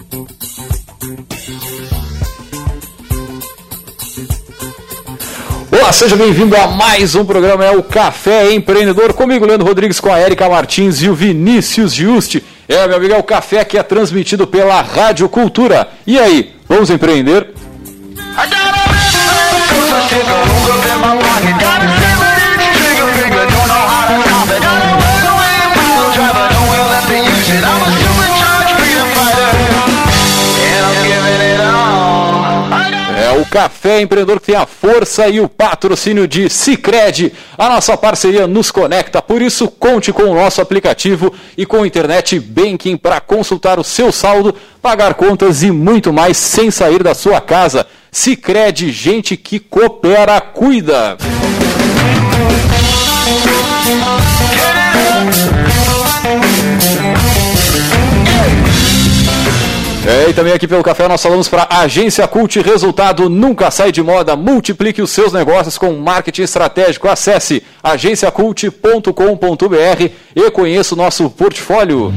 Olá, seja bem-vindo a mais um programa, é o Café Empreendedor, comigo, Leandro Rodrigues, com a Érica Martins e o Vinícius Giusti. Meu amigo, é o café que é transmitido pela Rádio Cultura. E aí, vamos empreender? É o Café Empreendedor que tem a força e o patrocínio de Sicredi. A nossa parceria nos conecta, por isso conte com o nosso aplicativo e com o Internet Banking para consultar o seu saldo, pagar contas e muito mais sem sair da sua casa. Sicredi, gente que coopera, cuida. E também aqui pelo Café nós falamos para a Agência Cult, resultado nunca sai de moda, multiplique os seus negócios com marketing estratégico, acesse agenciacult.com.br e conheça o nosso portfólio.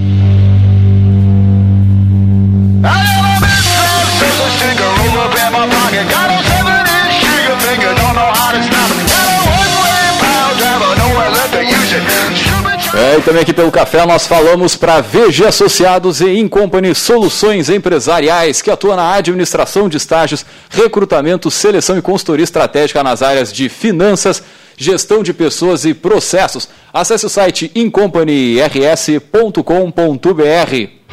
E também aqui pelo Café nós falamos para VG Associados e Incompany Soluções Empresariais, que atua na administração de estágios, recrutamento, seleção e consultoria estratégica nas áreas de finanças, gestão de pessoas e processos. Acesse o site incompanyrs.com.br.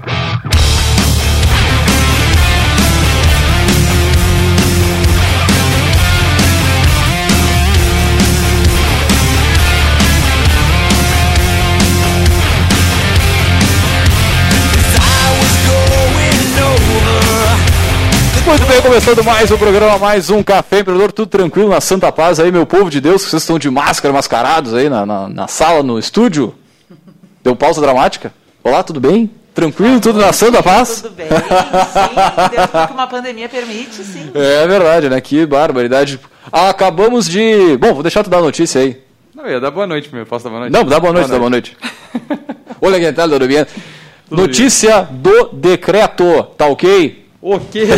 Muito bem, começando mais um programa, mais um Café Empreendedor, tudo tranquilo na Santa Paz aí, meu povo de Deus, que vocês estão de máscara, mascarados aí na sala, no estúdio. Deu pausa dramática? Olá, tudo bem? Tranquilo, tudo na Santa Paz? Tudo bem, sim, dentro do que uma pandemia permite, sim. É verdade, né? Que barbaridade. Acabamos de... Bom, vou deixar tu dar a notícia aí. Não, eu ia dar boa noite primeiro, posso dar boa noite? Não, dá boa noite, dá boa noite. Olha que tal, tudo bem? Notícia do decreto, tá ok? Ok.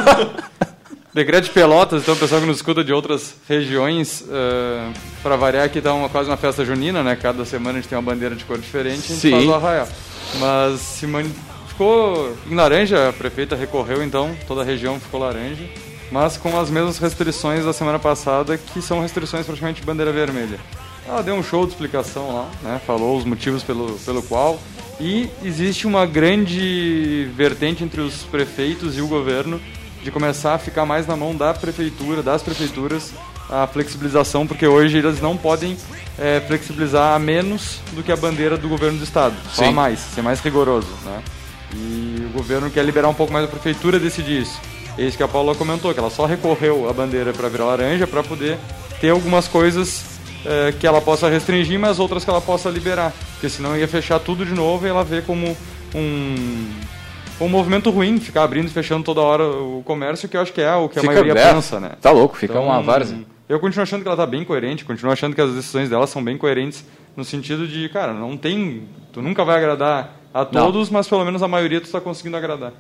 Decreto de Pelotas, então o pessoal que nos escuta de outras regiões, para variar aqui tá quase uma festa junina, né? Cada semana a gente tem uma bandeira de cor diferente, a gente faz o arraial. Mas ficou em laranja, a prefeita recorreu então, toda a região ficou laranja, mas com as mesmas restrições da semana passada, que são restrições praticamente bandeira vermelha. Ela deu um show de explicação lá, né? Falou os motivos pelo qual... E existe uma grande vertente entre os prefeitos e o governo de começar a ficar mais na mão das prefeituras, a flexibilização, porque hoje eles não podem flexibilizar a menos do que a bandeira do governo do estado, só a mais, ser mais rigoroso, né? E o governo quer liberar um pouco mais a prefeitura decidir isso. É isso que a Paula comentou, que ela só recorreu a bandeira para virar laranja para poder ter algumas coisas que ela possa restringir, mas outras que ela possa liberar, porque senão ia fechar tudo de novo e ela vê como um movimento ruim, ficar abrindo e fechando toda hora o comércio, que eu acho que é o que a maioria pensa, né? Tá louco, fica então, uma várzea. Eu continuo achando que ela tá bem coerente, continuo achando que as decisões dela são bem coerentes, no sentido de, cara, tu nunca vai agradar a todos, mas pelo menos a maioria tu está conseguindo agradar.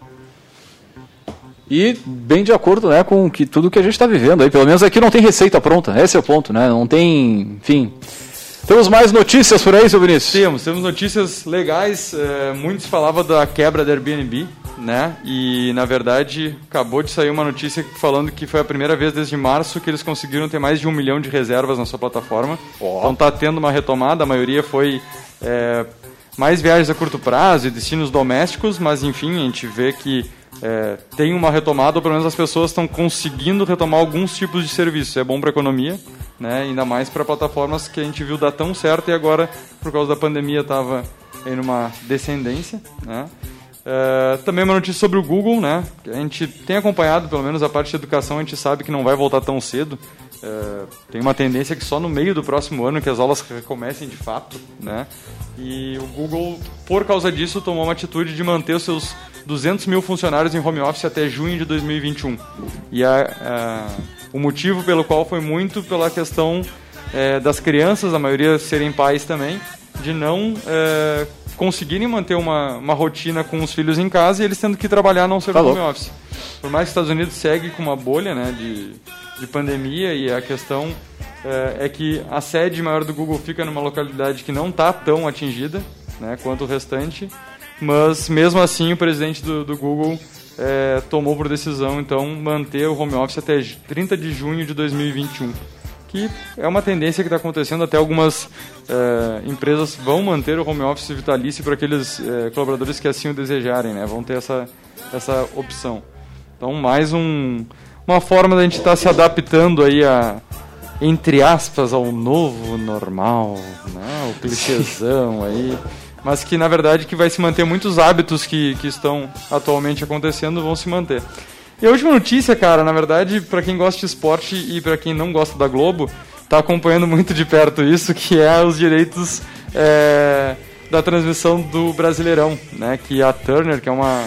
E bem de acordo, né, com tudo que a gente está vivendo aí. Pelo menos aqui não tem receita pronta, esse é o ponto, né? Não tem, enfim. Temos mais notícias por aí, seu Vinícius? Temos notícias legais. Muito se falava da quebra da Airbnb, né? E, na verdade, acabou de sair uma notícia falando que foi a primeira vez desde março que eles conseguiram ter mais de 1 milhão de reservas na sua plataforma. Então está tendo uma retomada, a maioria foi mais viagens a curto prazo e destinos domésticos, mas, enfim, a gente vê que tem uma retomada, ou pelo menos as pessoas estão conseguindo retomar alguns tipos de serviços. É bom para a economia, né? Ainda mais para plataformas que a gente viu dar tão certo e agora, por causa da pandemia, estava em uma descendência, né? Também uma notícia sobre o Google, né? A gente tem acompanhado, pelo menos a parte de educação, a gente sabe que não vai voltar tão cedo. Tem uma tendência que só no meio do próximo ano que as aulas recomecem de fato, né? E o Google, por causa disso, tomou uma atitude de manter os seus 200 mil funcionários em home office até junho de 2021. E o motivo pelo qual foi muito pela questão das crianças, a maioria serem pais também, de não conseguirem manter uma rotina com os filhos em casa e eles tendo que trabalhar não ser home office. Por mais que os Estados Unidos segue com uma bolha, né, de pandemia, e a questão é que a sede maior do Google fica numa localidade que não está tão atingida, né, quanto o restante, mas mesmo assim o presidente do Google tomou por decisão então manter o home office até 30 de junho de 2021, que é uma tendência que está acontecendo. Até algumas empresas vão manter o home office vitalício para aqueles colaboradores que assim o desejarem, né, vão ter essa opção. Então, mais uma forma da gente estar se adaptando aí entre aspas, ao novo normal, né? O clichêzão aí, mas que na verdade que vai se manter, muitos hábitos que estão atualmente acontecendo vão se manter. E a última notícia, cara, na verdade, para quem gosta de esporte e para quem não gosta da Globo, tá acompanhando muito de perto isso, que é os direitos da transmissão do Brasileirão, né? Que a Turner, que é uma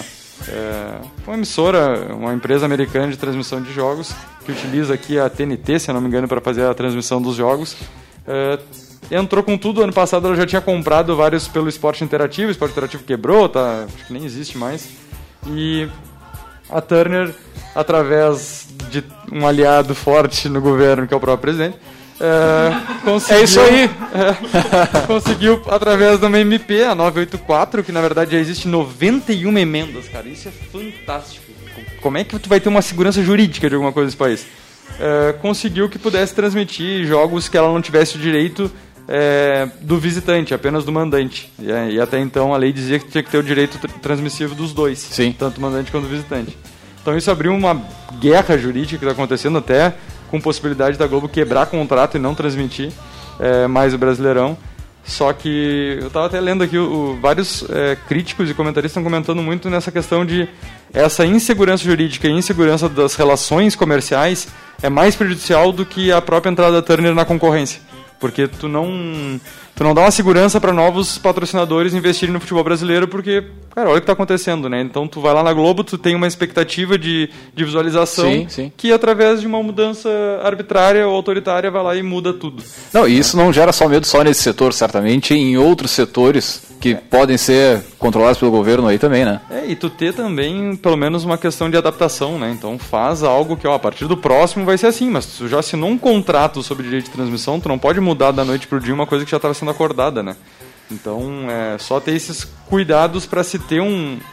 emissora, uma empresa americana de transmissão de jogos, que utiliza aqui a TNT, se eu não me engano, para fazer a transmissão dos jogos, entrou com tudo. Ano passado ela já tinha comprado vários pelo Esporte Interativo, o Esporte Interativo quebrou, acho que nem existe mais, e a Turner, através de um aliado forte no governo, que é o próprio presidente, conseguiu, é isso aí. Conseguiu, através de uma MP, a 984, que na verdade já existe 91 emendas, cara. Isso é fantástico. Como é que tu vai ter uma segurança jurídica de alguma coisa nesse país? Conseguiu que pudesse transmitir jogos que ela não tivesse o direito do visitante, apenas do mandante. E até então a lei dizia que tinha que ter o direito transmissivo dos dois. Sim. Tanto o mandante quanto o visitante. Então isso abriu uma guerra jurídica que está acontecendo, até com possibilidade da Globo quebrar contrato e não transmitir mais o Brasileirão. Só que eu estava até lendo aqui, vários críticos e comentaristas estão comentando muito nessa questão de essa insegurança jurídica e insegurança das relações comerciais é mais prejudicial do que a própria entrada da Turner na concorrência. Porque tu não dá uma segurança para novos patrocinadores investirem no futebol brasileiro, porque, cara, olha o que está acontecendo, né? Então tu vai lá na Globo, tu tem uma expectativa de visualização, sim. Que através de uma mudança arbitrária ou autoritária vai lá e muda tudo. Não, e isso não gera só medo só nesse setor, certamente em outros setores que podem ser controlados pelo governo aí também, né? E tu ter também, pelo menos, uma questão de adaptação, né? Então faz algo que, a partir do próximo vai ser assim, mas tu já assinou um contrato sobre direito de transmissão, tu não pode mudar da noite pro dia uma coisa que já estava sendo acordada, né? Então, só ter esses cuidados para se ter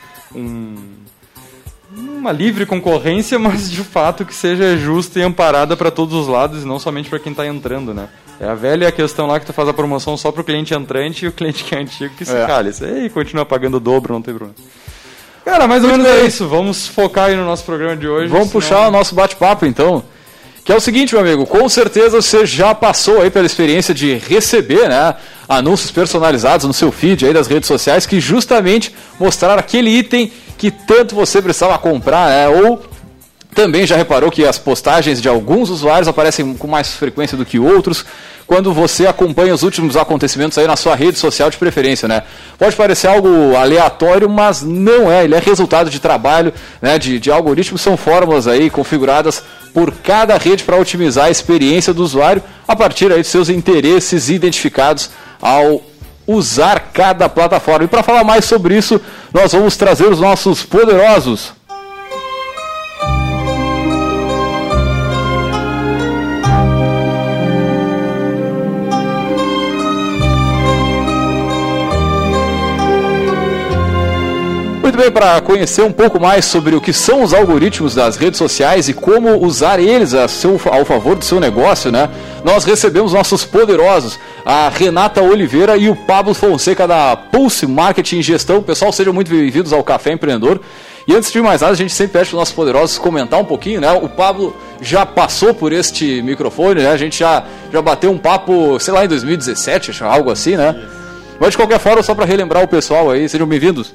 uma livre concorrência, mas de fato que seja justa e amparada para todos os lados e não somente para quem está entrando, né? É a velha questão lá que tu faz a promoção só para o cliente entrante e o cliente que é antigo que se calha. E continua pagando o dobro, não tem problema. Cara, mais ou menos é isso. Vamos focar aí no nosso programa de hoje. Vamos puxar o nosso bate-papo, então. Que é o seguinte, meu amigo, com certeza você já passou aí pela experiência de receber, né, anúncios personalizados no seu feed aí das redes sociais que justamente mostraram aquele item que tanto você precisava comprar, né, ou também já reparou que as postagens de alguns usuários aparecem com mais frequência do que outros quando você acompanha os últimos acontecimentos aí na sua rede social de preferência, né? Pode parecer algo aleatório, mas não é. Ele é resultado de trabalho, né, de algoritmos, são fórmulas aí configuradas por cada rede para otimizar a experiência do usuário a partir aí de seus interesses identificados ao usar cada plataforma. E para falar mais sobre isso, nós vamos trazer os nossos poderosos. Muito bem, para conhecer um pouco mais sobre o que são os algoritmos das redes sociais e como usar eles ao favor do seu negócio, né? Nós recebemos nossos poderosos, a Renata Oliveira e o Pablo Fonseca da Pulse Marketing e Gestão. Pessoal, sejam muito bem-vindos ao Café Empreendedor. E antes de mais nada, a gente sempre pede para os nossos poderosos comentar um pouquinho, né? O Pablo já passou por este microfone, né? A gente já bateu um papo, sei lá, em 2017, algo assim, né? Mas de qualquer forma, só para relembrar o pessoal aí, sejam bem-vindos.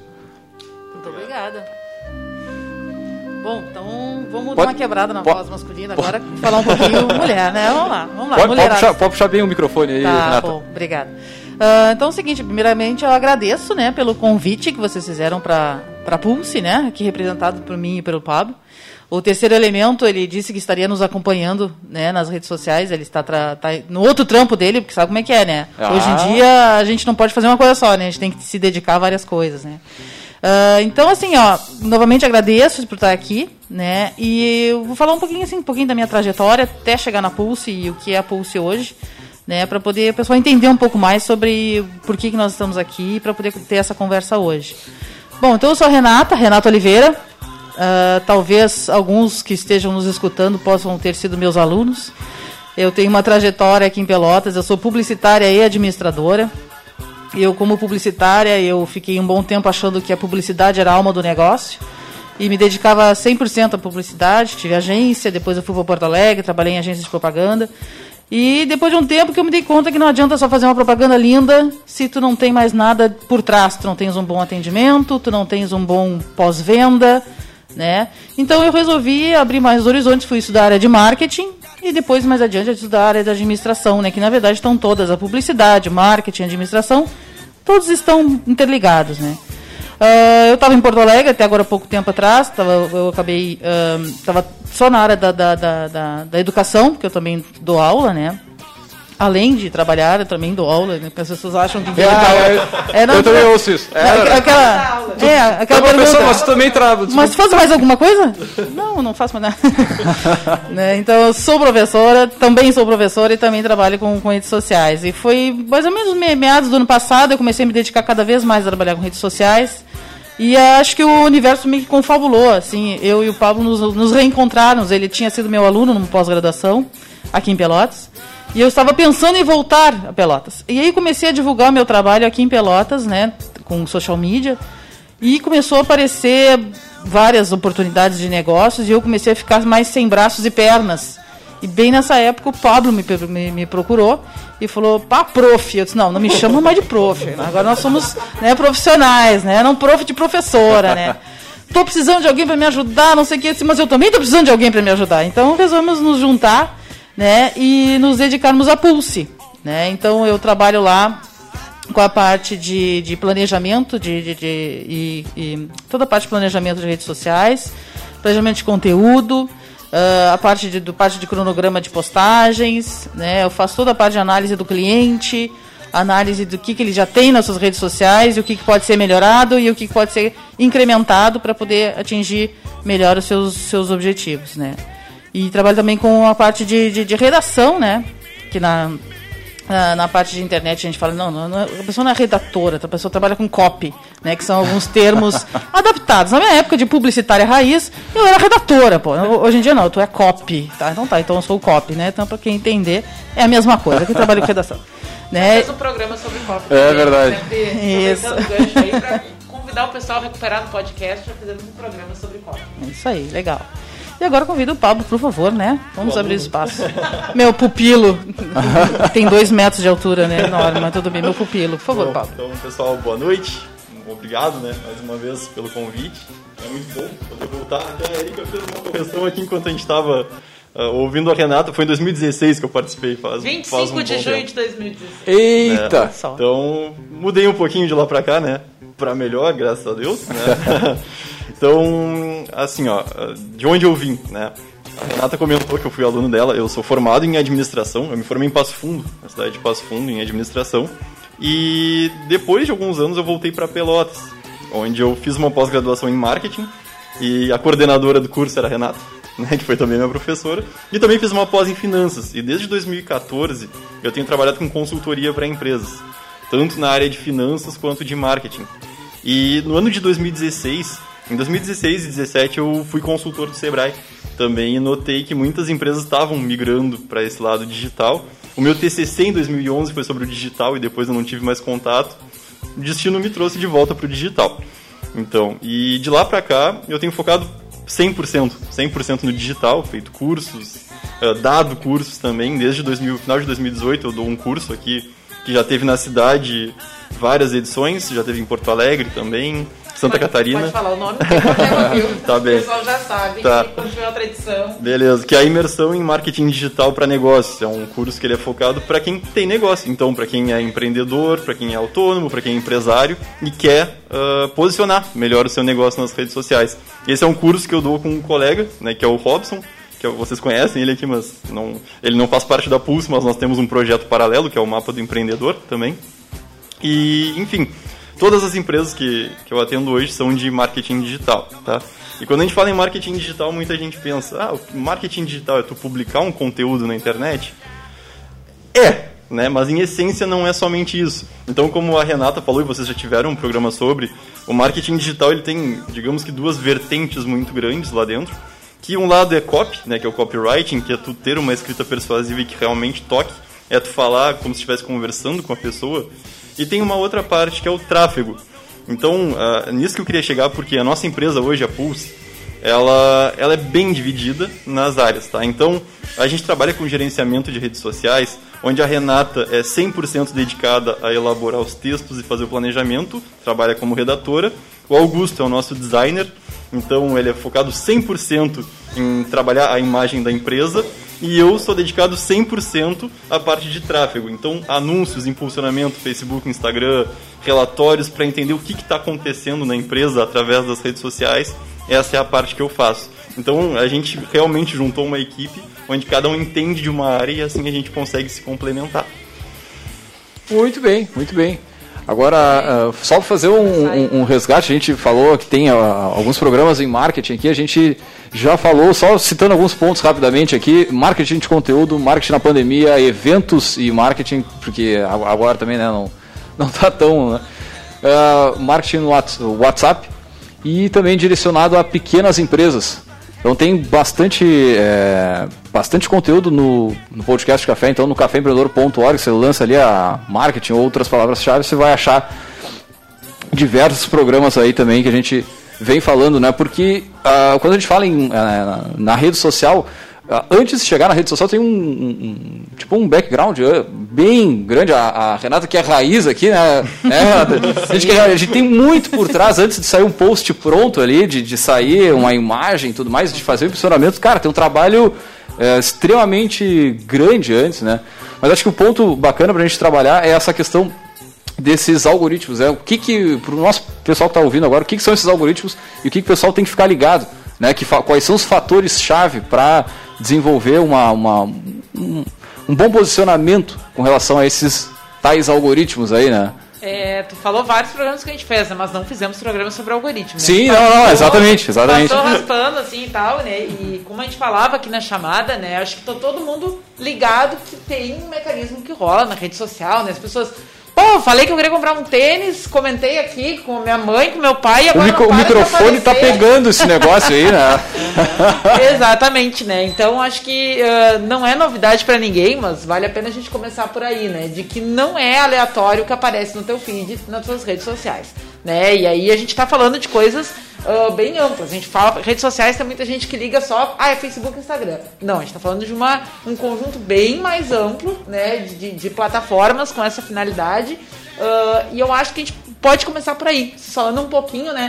Bom, então vamos dar uma quebrada na voz masculina agora, falar um pouquinho mulher, né? Vamos lá. Pode puxar bem o microfone aí, Renata. Bom, obrigada. Então é o seguinte, primeiramente eu agradeço, né, pelo convite que vocês fizeram para a Pulse, né? Aqui representado por mim e pelo Pablo. O terceiro elemento, ele disse que estaria nos acompanhando, né, nas redes sociais. Ele está no outro trampo dele, porque sabe como é que é, né? Hoje em dia, a gente não pode fazer uma coisa só, né? A gente tem que se dedicar a várias coisas, né? Então, assim, novamente agradeço por estar aqui, né? E eu vou falar um pouquinho da minha trajetória até chegar na Pulse e o que é a Pulse hoje, né? Para poder o pessoal entender um pouco mais sobre por que nós estamos aqui, para poder ter essa conversa hoje. Bom, então eu sou a Renata Oliveira. Talvez alguns que estejam nos escutando possam ter sido meus alunos. Eu tenho uma trajetória aqui em Pelotas, eu sou publicitária e administradora. Eu, como publicitária, eu fiquei um bom tempo achando que a publicidade era a alma do negócio e me dedicava 100% à publicidade. Tive agência, depois eu fui para Porto Alegre, trabalhei em agência de propaganda. E depois de um tempo que eu me dei conta que não adianta só fazer uma propaganda linda se tu não tem mais nada por trás. Tu não tens um bom atendimento, tu não tens um bom pós-venda, né? Então eu resolvi abrir mais horizontes, fui estudar a área de marketing e depois mais adiante eu estudar a área de administração, né? Que na verdade estão todas, a publicidade, marketing, administração, todos estão interligados, né? Eu estava em Porto Alegre até agora pouco tempo atrás, estava só na área da educação, porque eu também dou aula, né? Além de trabalhar, eu também dou aula, né? As pessoas acham que... eu também ouço isso. Aquela pergunta... Mas também trabalha. Mas faz mais alguma coisa? Não faço mais nada. Né? Então, eu sou professora, também sou professora e também trabalho com redes sociais. E foi mais ou menos meados do ano passado, eu comecei a me dedicar cada vez mais a trabalhar com redes sociais. E acho que o universo me confabulou, assim, eu e o Pablo nos reencontrarmos. Ele tinha sido meu aluno numa pós-graduação aqui em Pelotas. E eu estava pensando em voltar a Pelotas. E aí comecei a divulgar o meu trabalho aqui em Pelotas, né, com social media. E começou a aparecer várias oportunidades de negócios e eu comecei a ficar mais sem braços e pernas. E bem nessa época o Pablo me procurou e falou, prof. Eu disse, não me chama mais de prof. Agora nós somos, né, profissionais, né, não prof de professora, né. Estou precisando de alguém para me ajudar, não sei o que, mas eu também estou precisando de alguém para me ajudar. Então resolvemos nos juntar, né, e nos dedicarmos à Pulse, né? Então eu trabalho lá com a parte de planejamento e toda a parte de planejamento de redes sociais, planejamento de conteúdo, a parte de cronograma de postagens, né? Eu faço toda a parte de análise do cliente, análise do que ele já tem nas suas redes sociais e o que pode ser melhorado e o que pode ser incrementado para poder atingir melhor os seus objetivos, né? E trabalho também com a parte de redação, né? Que na parte de internet a gente fala, a pessoa não é redatora, a pessoa trabalha com copy, né? Que são alguns termos adaptados. Na minha época de publicitária raiz, eu era redatora, pô. Hoje em dia não, tu é copy, tá? Então eu sou copy, né? Então, para quem entender, é a mesma coisa, que eu trabalho com redação. Né? Fez um programa sobre copy. É verdade. Isso. Gancho aí pra convidar o pessoal a recuperar no podcast, já fizemos um programa sobre copy. É isso aí, legal. E agora convido o Pablo, por favor, né? Vamos abrir espaço. Meu pupilo. Tem 2 metros de altura, né? Enorme, mas tudo bem. Meu pupilo. Por favor, Pablo. Então, pessoal, boa noite. Obrigado, né? Mais uma vez pelo convite. É muito bom poder voltar. Até a Erika fez uma correção aqui enquanto a gente estava ouvindo a Renata. Foi em 2016 que eu participei. 25 de junho de 2016. Eita! Então, mudei um pouquinho de lá pra cá, né? Pra melhor, graças a Deus, né? Então, assim, de onde eu vim, né? A Renata comentou que eu fui aluno dela. Eu sou formado em administração. Eu me formei em Passo Fundo, na cidade de Passo Fundo, em administração. E depois de alguns anos eu voltei para Pelotas, onde eu fiz uma pós-graduação em marketing. E a coordenadora do curso era a Renata, né, que foi também minha professora. E também fiz uma pós em finanças. E desde 2014 eu tenho trabalhado com consultoria para empresas, tanto na área de finanças quanto de marketing. E no ano de 2016... Em 2016 e 2017 eu fui consultor do Sebrae também e notei que muitas empresas estavam migrando para esse lado digital. O meu TCC em 2011 foi sobre o digital e depois eu não tive mais contato. O destino me trouxe de volta para o digital. Então, e de lá para cá eu tenho focado 100% no digital, feito cursos, dado cursos também. Desde final de 2018 eu dou um curso aqui que já teve na cidade várias edições, já teve em Porto Alegre também. Santa Catarina. Pode falar o nome, não tem problema, viu? Tá bem. O pessoal já sabe Tá. que continua a tradição. Beleza, que é a imersão em marketing digital para negócios. É um curso que ele é focado para quem tem negócio. Então, para quem é empreendedor, para quem é autônomo, para quem é empresário e quer posicionar melhor o seu negócio nas redes sociais. Esse é um curso que eu dou com um colega, né, que é o Robson, que vocês conhecem ele aqui, mas ele não faz parte da Pulse, mas nós temos um projeto paralelo, que é o Mapa do Empreendedor também. E, enfim, todas as empresas que eu atendo hoje são de marketing digital, tá? E quando a gente fala em marketing digital, muita gente pensa, o marketing digital é tu publicar um conteúdo na internet? Né? Mas em essência não é somente isso. Então, como a Renata falou, e vocês já tiveram um programa sobre, o marketing digital ele tem, digamos que, duas vertentes muito grandes lá dentro, que um lado é copy, né, que é o copywriting, que é tu ter uma escrita persuasiva e que realmente toque, é tu falar como se estivesse conversando com a pessoa, e tem uma outra parte que é o tráfego. Então, nisso que eu queria chegar, porque a nossa empresa hoje, a Pulse, ela é bem dividida nas áreas, tá? Então, a gente trabalha com gerenciamento de redes sociais, onde a Renata é 100% dedicada a elaborar os textos e fazer o planejamento, trabalha como redatora. O Augusto é o nosso designer, então ele é focado 100% em trabalhar a imagem da empresa, e eu sou dedicado 100% à parte de tráfego. Então, anúncios, impulsionamento, Facebook, Instagram, relatórios para entender o que está acontecendo na empresa através das redes sociais. Essa é a parte que eu faço. Então, a gente realmente juntou uma equipe onde cada um entende de uma área e assim a gente consegue se complementar. Muito bem, muito bem. Agora, só para fazer um resgate, a gente falou que tem alguns programas em marketing aqui, a gente já falou, só citando alguns pontos rapidamente aqui, marketing de conteúdo, marketing na pandemia, eventos e marketing, porque agora também, né, não está tão... Né, marketing no WhatsApp e também direcionado a pequenas empresas. Então tem bastante conteúdo no podcast Café, então no caféempreendedor.org, você lança ali a marketing ou outras palavras-chave, você vai achar diversos programas aí também que a gente vem falando, né? Porque quando a gente fala na rede social, antes de chegar na rede social tem um background bem grande. A Renata, que é a raiz aqui, né? A gente tem muito por trás antes de sair um post pronto ali, de sair uma imagem e tudo mais, de fazer o impulsionamento. Cara, tem um trabalho extremamente grande antes, né? Mas acho que o ponto bacana pra gente trabalhar é essa questão desses algoritmos. O que pro nosso pessoal que está ouvindo agora, o que são esses algoritmos e o que o pessoal tem que ficar ligado, né? Quais são os fatores-chave para desenvolver um bom posicionamento com relação a esses tais algoritmos aí, né? Tu falou vários programas que a gente fez, né? Mas não fizemos programas sobre algoritmos. Né? Sim, não, exatamente. Passou raspando assim e tal, né? E como a gente falava aqui na chamada, né? Acho que tá todo mundo ligado que tem um mecanismo que rola na rede social, né? As pessoas... Pô, falei que eu queria comprar um tênis, comentei aqui com minha mãe, com meu pai, e agora o microfone tá pegando esse negócio aí, né? Exatamente, né? Então acho que não é novidade pra ninguém, mas vale a pena a gente começar por aí, né? De que não é aleatório o que aparece no teu feed, nas tuas redes sociais, né? E aí a gente tá falando de coisas bem amplas. A gente fala, redes sociais tem muita gente que liga só, é Facebook e Instagram. Não, a gente tá falando de um conjunto bem mais amplo, né? De plataformas com essa finalidade. E eu acho que a gente pode começar por aí, falando um pouquinho, né?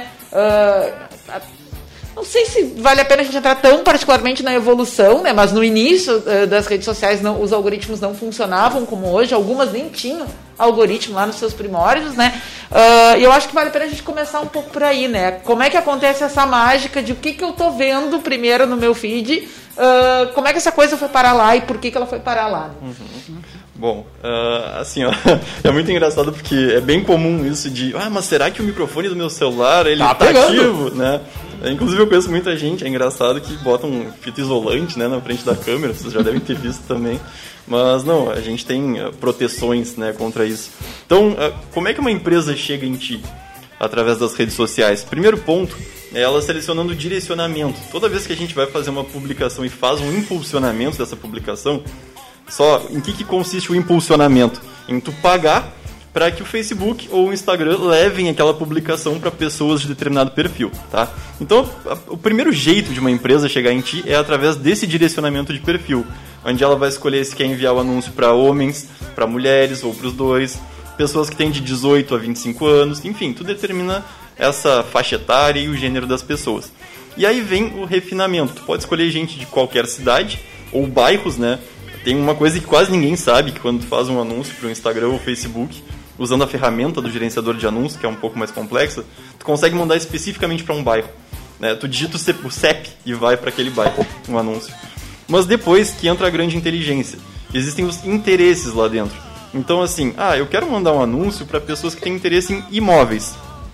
Não sei se vale a pena a gente entrar tão particularmente na evolução, né? Mas no início das redes sociais os algoritmos não funcionavam como hoje, algumas nem tinham algoritmo lá nos seus primórdios, né? E eu acho que vale a pena a gente começar um pouco por aí, né? Como é que acontece essa mágica de o que eu tô vendo primeiro no meu feed, como é que essa coisa foi parar lá e por que ela foi parar lá, né? Bom, assim, ó, é muito engraçado porque é bem comum isso de, mas será que o microfone do meu celular, ele tá ativo, né? Inclusive eu conheço muita gente, é engraçado que botam fita isolante, né, na frente da câmera, vocês já devem ter visto também. Mas não, a gente tem proteções, né, contra isso. Então, como é que uma empresa chega em ti? Através das redes sociais. Primeiro ponto é ela selecionando o direcionamento. Toda vez que a gente vai fazer uma publicação e faz um impulsionamento dessa publicação, em que consiste o impulsionamento? Em tu pagar para que o Facebook ou o Instagram levem aquela publicação para pessoas de determinado perfil, tá? Então, o primeiro jeito de uma empresa chegar em ti é através desse direcionamento de perfil, onde ela vai escolher se quer enviar o anúncio para homens, para mulheres ou para os dois, pessoas que têm de 18 a 25 anos, enfim, tu determina essa faixa etária e o gênero das pessoas. E aí vem o refinamento. Tu pode escolher gente de qualquer cidade ou bairros, né? Tem uma coisa que quase ninguém sabe, que quando tu faz um anúncio para o Instagram ou Facebook, usando a ferramenta do gerenciador de anúncios, que é um pouco mais complexa, tu consegue mandar especificamente para um bairro. Né? Tu digita o CEP e vai para aquele bairro, um anúncio. Mas depois que entra a grande inteligência, existem os interesses lá dentro. Então assim, eu quero mandar um anúncio para pessoas que têm interesse em imóveis.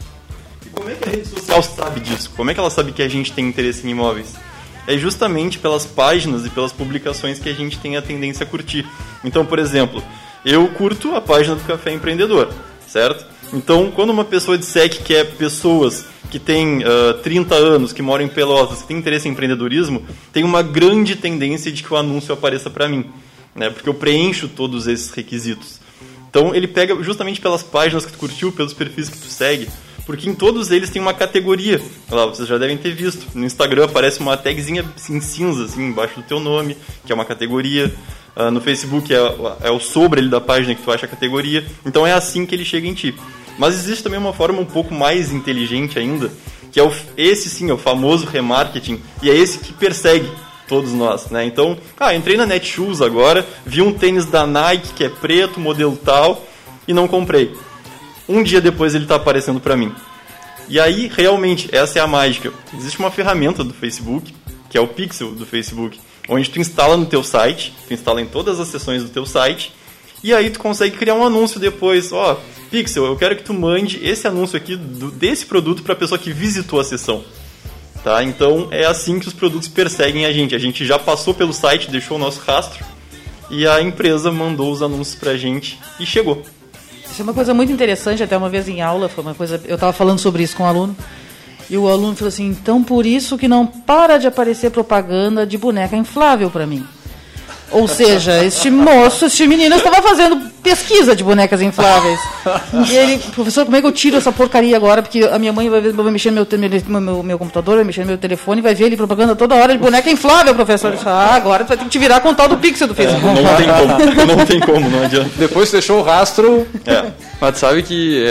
E como é que a rede social sabe disso? Como é que ela sabe que a gente tem interesse em imóveis? É justamente pelas páginas e pelas publicações que a gente tem a tendência a curtir. Então, por exemplo, eu curto a página do Café Empreendedor, certo? Então, quando uma pessoa disser que quer pessoas que têm 30 anos, que moram em Pelotas, que têm interesse em empreendedorismo, tem uma grande tendência de que o anúncio apareça para mim, né? Porque eu preencho todos esses requisitos. Então, ele pega justamente pelas páginas que tu curtiu, pelos perfis que tu segue, porque em todos eles tem uma categoria. Lá, vocês já devem ter visto. No Instagram aparece uma tagzinha em cinza, assim, embaixo do teu nome, que é uma categoria. No Facebook é o sobre ali da página que tu acha a categoria. Então é assim que ele chega em ti. Mas existe também uma forma um pouco mais inteligente ainda, que é esse sim, é o famoso remarketing, e é esse que persegue todos nós, né? Então, entrei na Netshoes agora, vi um tênis da Nike que é preto, modelo tal, e não comprei. Um dia depois ele está aparecendo para mim. E aí, realmente, essa é a mágica. Existe uma ferramenta do Facebook, que é o Pixel do Facebook, onde tu instala no teu site, tu instala em todas as seções do teu site, e aí tu consegue criar um anúncio depois. Pixel, eu quero que tu mande esse anúncio aqui desse produto para a pessoa que visitou a sessão. Tá? Então, é assim que os produtos perseguem a gente. A gente já passou pelo site, deixou o nosso rastro, e a empresa mandou os anúncios para a gente e chegou. Isso é uma coisa muito interessante, até uma vez em aula, foi uma coisa, eu estava falando sobre isso com um aluno, e o aluno falou assim, então por isso que não para de aparecer propaganda de boneca inflável para mim. Ou seja, este menino estava fazendo pesquisa de bonecas infláveis. E ele, professor, como é que eu tiro essa porcaria agora? Porque a minha mãe vai mexer no meu computador, vai mexer no meu telefone, vai ver ele propaganda toda hora de boneca inflável, professor. Ele fala, agora tu vai ter que te virar com o tal do Pixel do Facebook. Não tem como, não adianta. Depois deixou o rastro. Mas sabe que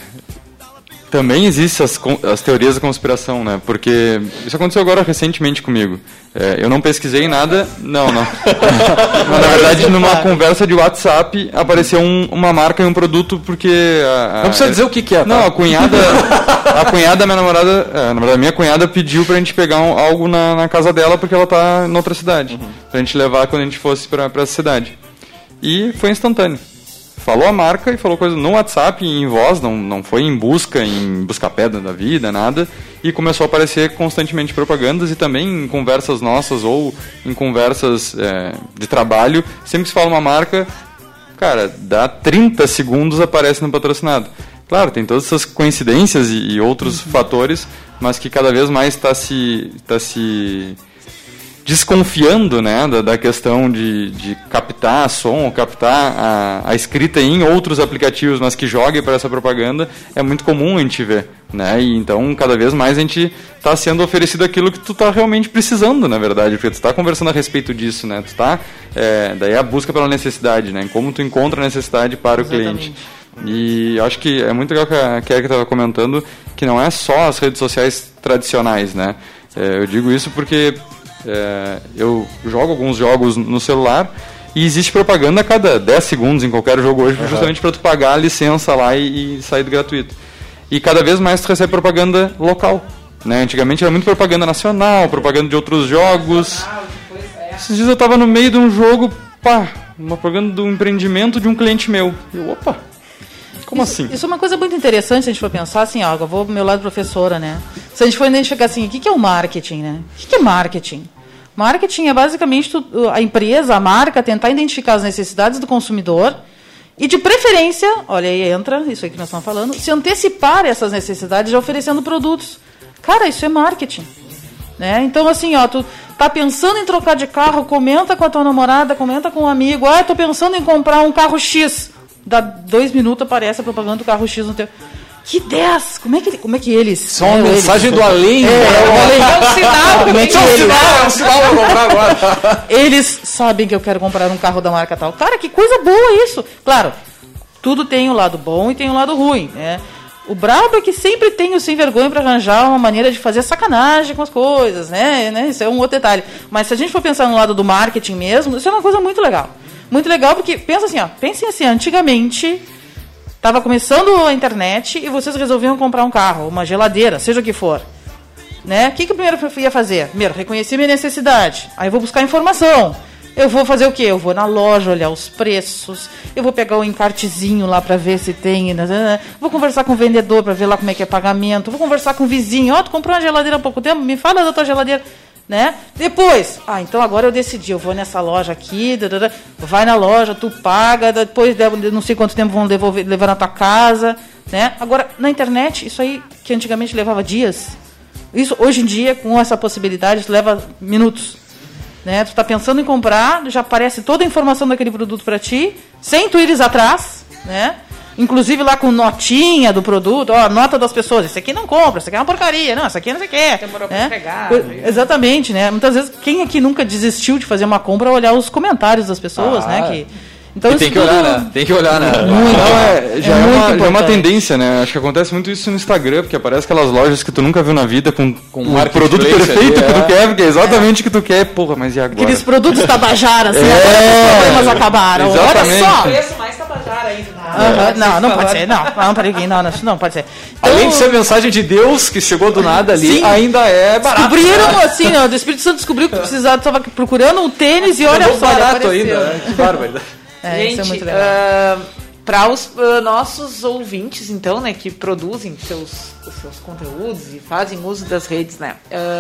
também existem as teorias da conspiração, né? Porque isso aconteceu agora recentemente comigo. Eu não pesquisei nada, não. Mas, na verdade, numa conversa de WhatsApp, apareceu uma marca e um produto, porque... não precisa dizer o que é, tá? Não, a cunhada da minha namorada, na verdade, minha cunhada pediu pra gente pegar algo na casa dela, porque ela tá em outra cidade. Pra gente levar quando a gente fosse pra essa cidade. E foi instantâneo. Falou a marca e falou coisa no WhatsApp, em voz, não foi em busca-pé da vida, nada. E começou a aparecer constantemente propagandas e também em conversas nossas ou em conversas de trabalho. Sempre que se fala uma marca, cara, dá 30 segundos aparece no patrocinado. Claro, tem todas essas coincidências e outros fatores, mas que cada vez mais está se desconfiando, né, da questão de captar som, ou captar a escrita em outros aplicativos, mas que jogue para essa propaganda, é muito comum a gente ver, né, e então cada vez mais a gente está sendo oferecido aquilo que tu está realmente precisando, na verdade, porque tu está conversando a respeito disso, né, tu tá, daí é a busca pela necessidade, né, como tu encontra a necessidade para o cliente. E eu acho que é muito legal que a Erika estava comentando que não é só as redes sociais tradicionais, né, eu digo isso porque eu jogo alguns jogos no celular e existe propaganda a cada 10 segundos em qualquer jogo hoje, justamente para tu pagar a licença lá e sair do gratuito. E cada vez mais tu recebe propaganda local, né? Antigamente era muito propaganda nacional, propaganda de outros jogos. Esses dias eu estava no meio de um jogo, uma propaganda do empreendimento de um cliente meu. Opa! Como assim? Isso é uma coisa muito interessante, se a gente for pensar assim, eu vou pro meu lado professora, né? Se a gente for identificar assim, o que é o marketing, né? O que é marketing? Marketing é basicamente a empresa, a marca, tentar identificar as necessidades do consumidor e, de preferência, olha aí, entra, isso aí que nós estamos falando, se antecipar essas necessidades já oferecendo produtos. Cara, isso é marketing. Né? Então, assim, tu tá pensando em trocar de carro, comenta com a tua namorada, comenta com um amigo, tô pensando em comprar um carro X. Dá 2 minutos, aparece a propaganda do carro X no teu... Que 10! Como é que eles... Só uma mensagem do além. É um sinal. Como é que é um sinal pra comprar agora. Eles sabem que eu quero comprar um carro da marca tal. Cara, que coisa boa isso. Claro, tudo tem o lado bom e tem o lado ruim, né? O brabo é que sempre tem o sem vergonha para arranjar uma maneira de fazer sacanagem com as coisas, né? Isso é um outro detalhe. Mas se a gente for pensar no lado do marketing mesmo, isso é uma coisa muito legal. Muito legal porque, pensem assim, antigamente estava começando a internet e vocês resolviam comprar um carro, uma geladeira, seja o que for. Né? O que eu primeiro ia fazer? Primeiro, reconhecer minha necessidade. Aí eu vou buscar informação. Eu vou fazer o quê? Eu vou na loja olhar os preços, eu vou pegar o encartezinho lá para ver se tem, vou conversar com o vendedor para ver lá como é que é pagamento, vou conversar com o vizinho, tu comprou uma geladeira há pouco tempo, me fala da tua geladeira, né? Depois, então agora eu decidi, eu vou nessa loja aqui, vai na loja, tu paga, depois não sei quanto tempo vão levar na tua casa, né? Agora, na internet, isso aí que antigamente levava dias, isso hoje em dia, com essa possibilidade, isso leva minutos. Né? Tu está pensando em comprar, já aparece toda a informação daquele produto para ti, sem tu ires atrás, né? Inclusive lá com notinha do produto, nota das pessoas, esse aqui não compra, esse aqui é uma porcaria, não, esse aqui não sei o que. Demorou para pegar. Exatamente, né? Muitas vezes, quem aqui nunca desistiu de fazer uma compra, olhar os comentários das pessoas, né? Então, tem que olhar, né? Tem que olhar, né? Já é uma tendência, né? Acho que acontece muito isso no Instagram, porque aparece aquelas lojas que tu nunca viu na vida com um produto perfeito que tu quer, porque é exatamente o que tu quer. Porra, mas e agora? Aqueles produtos tabajaras, assim, agora os problemas acabaram. Exatamente. Olha só! Preço mais tabajara ainda. Não pode ser. Não pode ser. Então, além de ser a mensagem de Deus que chegou do nada ali, sim, ainda é barato. Descobriram, assim, o Espírito Santo descobriu que tu estava procurando um tênis e olha só, barato ainda. Que bárbaro. Gente, isso é muito legal. Para os nossos ouvintes, então, né, que produzem os seus conteúdos e fazem uso das redes, né,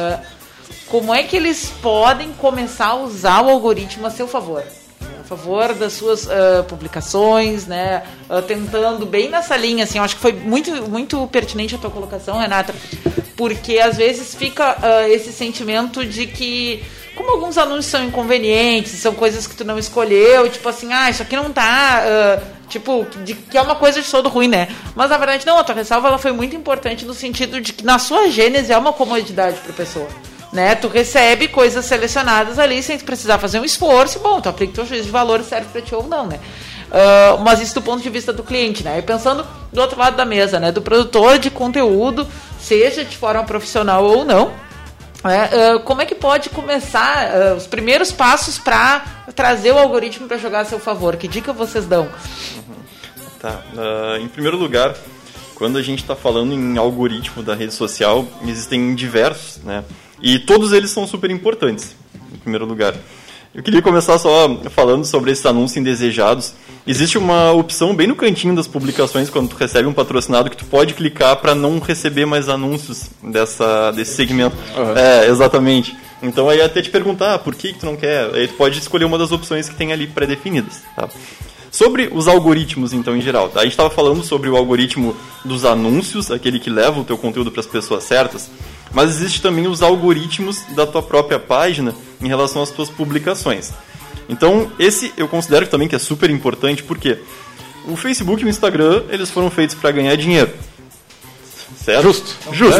como é que eles podem começar a usar o algoritmo a seu favor? A favor das suas publicações, né, tentando bem nessa linha, assim, eu acho que foi muito, muito pertinente a tua colocação, Renata, porque às vezes fica esse sentimento de que, como alguns anúncios são inconvenientes, são coisas que tu não escolheu, tipo assim, isso aqui não tá, que é uma coisa de todo ruim, né? Mas na verdade não, a tua ressalva ela foi muito importante no sentido de que na sua gênese é uma comodidade para a pessoa, né? Tu recebe coisas selecionadas ali sem precisar fazer um esforço, tu aplica o teu juízo de valor, serve para ti ou não, né? Mas isso do ponto de vista do cliente, né? E pensando do outro lado da mesa, né? Do produtor de conteúdo, seja de forma profissional ou não, como é que pode começar os primeiros passos para trazer o algoritmo para jogar a seu favor? Que dica vocês dão? Tá. Em primeiro lugar, quando a gente está falando em algoritmo da rede social, existem diversos, né? E todos eles são super importantes, em primeiro lugar. Eu queria começar só falando sobre esses anúncios indesejados. Existe uma opção bem no cantinho das publicações, quando tu recebe um patrocinado, que tu pode clicar para não receber mais anúncios desse segmento. Uhum. Exatamente. Então aí até te perguntar, por que tu não quer? Aí tu pode escolher uma das opções que tem ali pré-definidas. Tá? Sobre os algoritmos, então, em geral. Tá? A gente estava falando sobre o algoritmo dos anúncios, aquele que leva o teu conteúdo para as pessoas certas. Mas existe também os algoritmos da tua própria página em relação às tuas publicações. Então, esse eu considero também que é super importante, porque o Facebook e o Instagram, eles foram feitos para ganhar dinheiro. Certo? Justo.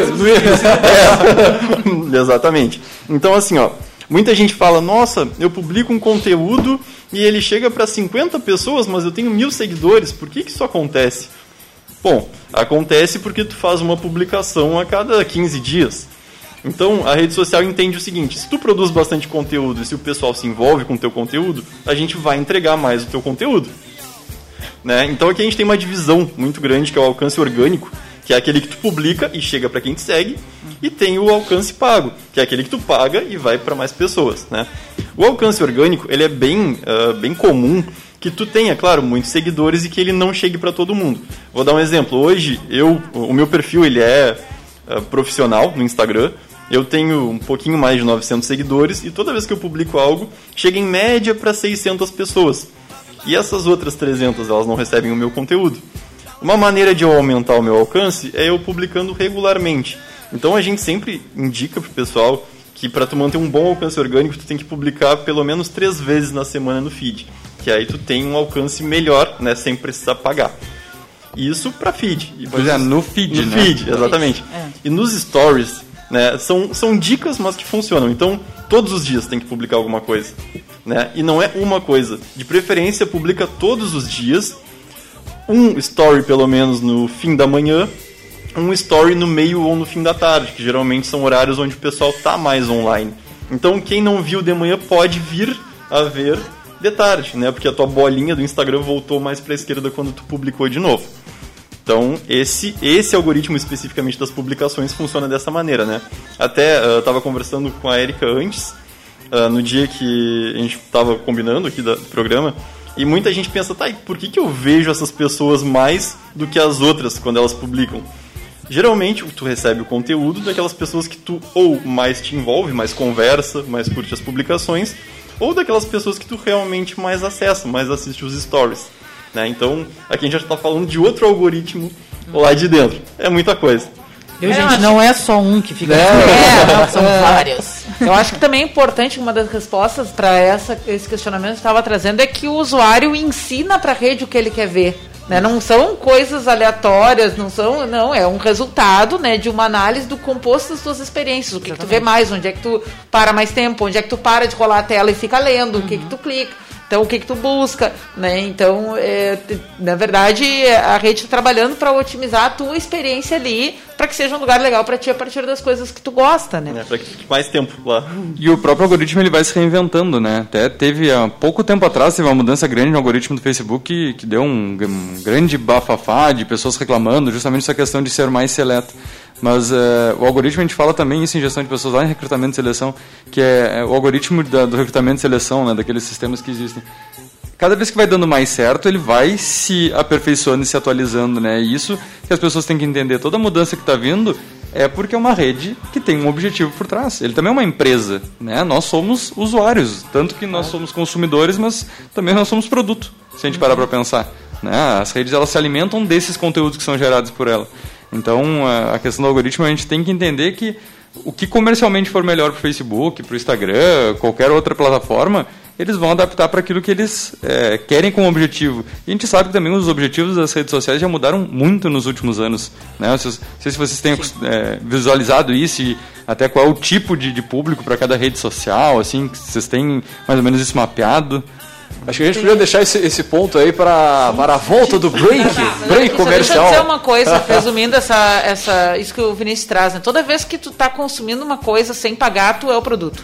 Exatamente. Então, assim, muita gente fala, nossa, eu publico um conteúdo e ele chega para 50 pessoas, mas eu tenho 1000 seguidores. Por que isso acontece? Bom, acontece porque tu faz uma publicação a cada 15 dias. Então, a rede social entende o seguinte, se tu produz bastante conteúdo e se o pessoal se envolve com o teu conteúdo, a gente vai entregar mais o teu conteúdo. Né? Então, aqui a gente tem uma divisão muito grande, que é o alcance orgânico, que é aquele que tu publica e chega para quem te segue, e tem o alcance pago, que é aquele que tu paga e vai para mais pessoas. Né? O alcance orgânico, ele é bem comum que tu tenha, claro, muitos seguidores e que ele não chegue para todo mundo. Vou dar um exemplo. Hoje, o meu perfil ele é profissional no Instagram. Eu tenho um pouquinho mais de 900 seguidores e toda vez que eu publico algo, chega em média para 600 pessoas. E essas outras 300, elas não recebem o meu conteúdo. Uma maneira de eu aumentar o meu alcance é eu publicando regularmente. Então a gente sempre indica pro pessoal que para tu manter um bom alcance orgânico, tu tem que publicar pelo menos 3 vezes na semana no feed. Que aí tu tem um alcance melhor, né, sem precisar pagar. Isso para feed. Pois no feed, né? No feed, exatamente. E nos stories, né, são dicas, mas que funcionam. Então, todos os dias tem que publicar alguma coisa. Né? E não é uma coisa. De preferência, publica todos os dias. Um story, pelo menos, no fim da manhã. um story no meio ou no fim da tarde, que geralmente são horários onde o pessoal tá mais online. Então quem não viu de manhã pode vir a ver de tarde, né? Porque a tua bolinha do Instagram voltou mais para a esquerda quando tu publicou de novo. Então esse algoritmo especificamente das publicações funciona dessa maneira, né? Até eu estava conversando com a Erika antes, no dia que a gente estava combinando aqui do programa, e muita gente pensa, tá, e por que eu vejo essas pessoas mais do que as outras quando elas publicam? Geralmente, tu recebe o conteúdo daquelas pessoas que tu ou mais te envolve, mais conversa, mais curte as publicações, ou daquelas pessoas que tu realmente mais acessa, mais assiste os stories, né? Então, aqui a gente já está falando de outro algoritmo lá de dentro. É muita coisa. Gente, não é só um que fica... são vários. Eu acho que também é importante, uma das respostas para esse questionamento que eu estava trazendo é que o usuário ensina para a rede o que ele quer ver. Né? Não são coisas aleatórias, não, é um resultado, né, de uma análise do composto das tuas experiências. O que tu vê mais, onde é que tu para mais tempo, onde é que tu para de rolar a tela e fica lendo, o que tu clica. Então, o que tu busca, né? Então, na verdade, a rede está trabalhando para otimizar a tua experiência ali, para que seja um lugar legal para ti a partir das coisas que tu gosta, né? Para que fique mais tempo lá. E o próprio algoritmo ele vai se reinventando, né? Até teve, há pouco tempo atrás, teve uma mudança grande no algoritmo do Facebook que deu um grande bafafá de pessoas reclamando justamente essa questão de ser mais seleto. Mas o algoritmo, a gente fala também isso em gestão de pessoas lá em recrutamento e seleção, que é o algoritmo do recrutamento e seleção, né, daqueles sistemas que existem. Cada vez que vai dando mais certo, ele vai se aperfeiçoando e se atualizando, né? E isso que as pessoas têm que entender. Toda mudança que está vindo é porque é uma rede que tem um objetivo por trás. Ele também é uma empresa, né? Nós somos usuários, tanto que nós somos consumidores, mas também nós somos produto, se a gente parar para pensar, né? As redes, elas se alimentam desses conteúdos que são gerados por ela. Então, a questão do algoritmo, a gente tem que entender que o que comercialmente for melhor para o Facebook, para o Instagram, qualquer outra plataforma, eles vão adaptar para aquilo que eles querem como objetivo. E a gente sabe que também os objetivos das redes sociais já mudaram muito nos últimos anos, né? Não sei se vocês têm visualizado isso e até qual é o tipo de público para cada rede social, assim, que vocês têm mais ou menos isso mapeado. Acho que a gente podia deixar esse ponto aí para a volta do break comercial. Deixa eu dizer uma coisa, resumindo isso que o Vinícius traz, né? Toda vez que tu tá consumindo uma coisa sem pagar, tu é o produto.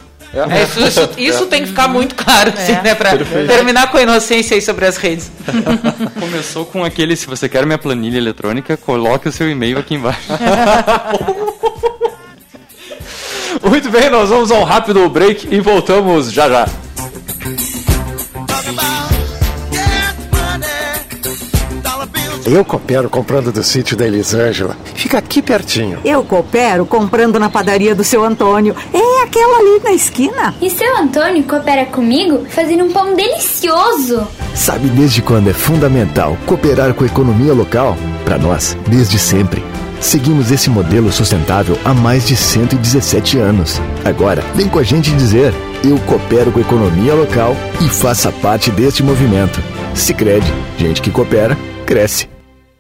Isso tem que ficar muito claro, assim, né? Para terminar com a inocência aí sobre as redes. Começou com aquele, se você quer minha planilha eletrônica, coloque o seu e-mail aqui embaixo. Muito bem, nós vamos a um rápido break e voltamos já já. Eu coopero comprando do sítio da Elisângela. Fica aqui pertinho. Eu coopero comprando na padaria do seu Antônio. É aquela ali na esquina. E seu Antônio coopera comigo fazendo um pão delicioso. Sabe desde quando é fundamental cooperar com a economia local? Para nós, desde sempre. Seguimos esse modelo sustentável há mais de 117 anos. Agora, vem com a gente dizer: eu coopero com a economia local e faça parte deste movimento. Sicredi, gente que coopera, cresce.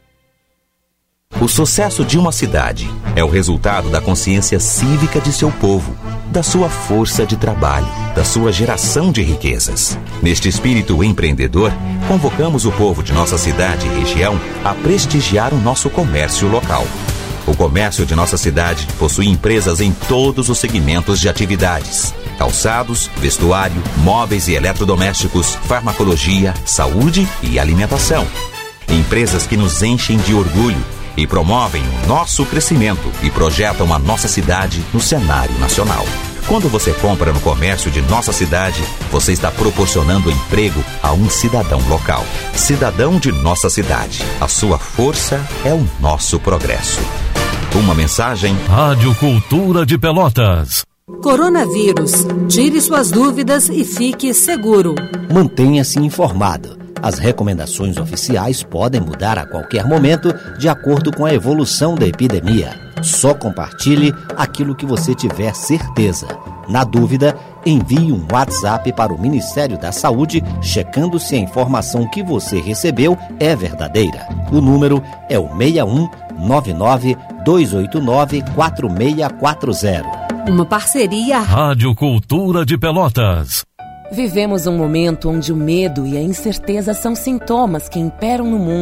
O sucesso de uma cidade é o resultado da consciência cívica de seu povo, da sua força de trabalho, da sua geração de riquezas. Neste espírito empreendedor, convocamos o povo de nossa cidade e região a prestigiar o nosso comércio local. O comércio de nossa cidade possui empresas em todos os segmentos de atividades: calçados, vestuário, móveis e eletrodomésticos, farmacologia, saúde e alimentação. Empresas que nos enchem de orgulho e promovem o nosso crescimento e projetam a nossa cidade no cenário nacional. Quando você compra no comércio de nossa cidade, você está proporcionando emprego a um cidadão local. Cidadão de nossa cidade. A sua força é o nosso progresso. Uma mensagem: Rádio Cultura de Pelotas. Coronavírus. Tire suas dúvidas e fique seguro. Mantenha-se informado. As recomendações oficiais podem mudar a qualquer momento de acordo com a evolução da epidemia. Só compartilhe aquilo que você tiver certeza. Na dúvida, envie um WhatsApp para o Ministério da Saúde, checando se a informação que você recebeu é verdadeira. O número é o 61 99 289 4640. Uma parceria Rádio Cultura de Pelotas. Vivemos um momento onde o medo e a incerteza são sintomas que imperam no mundo.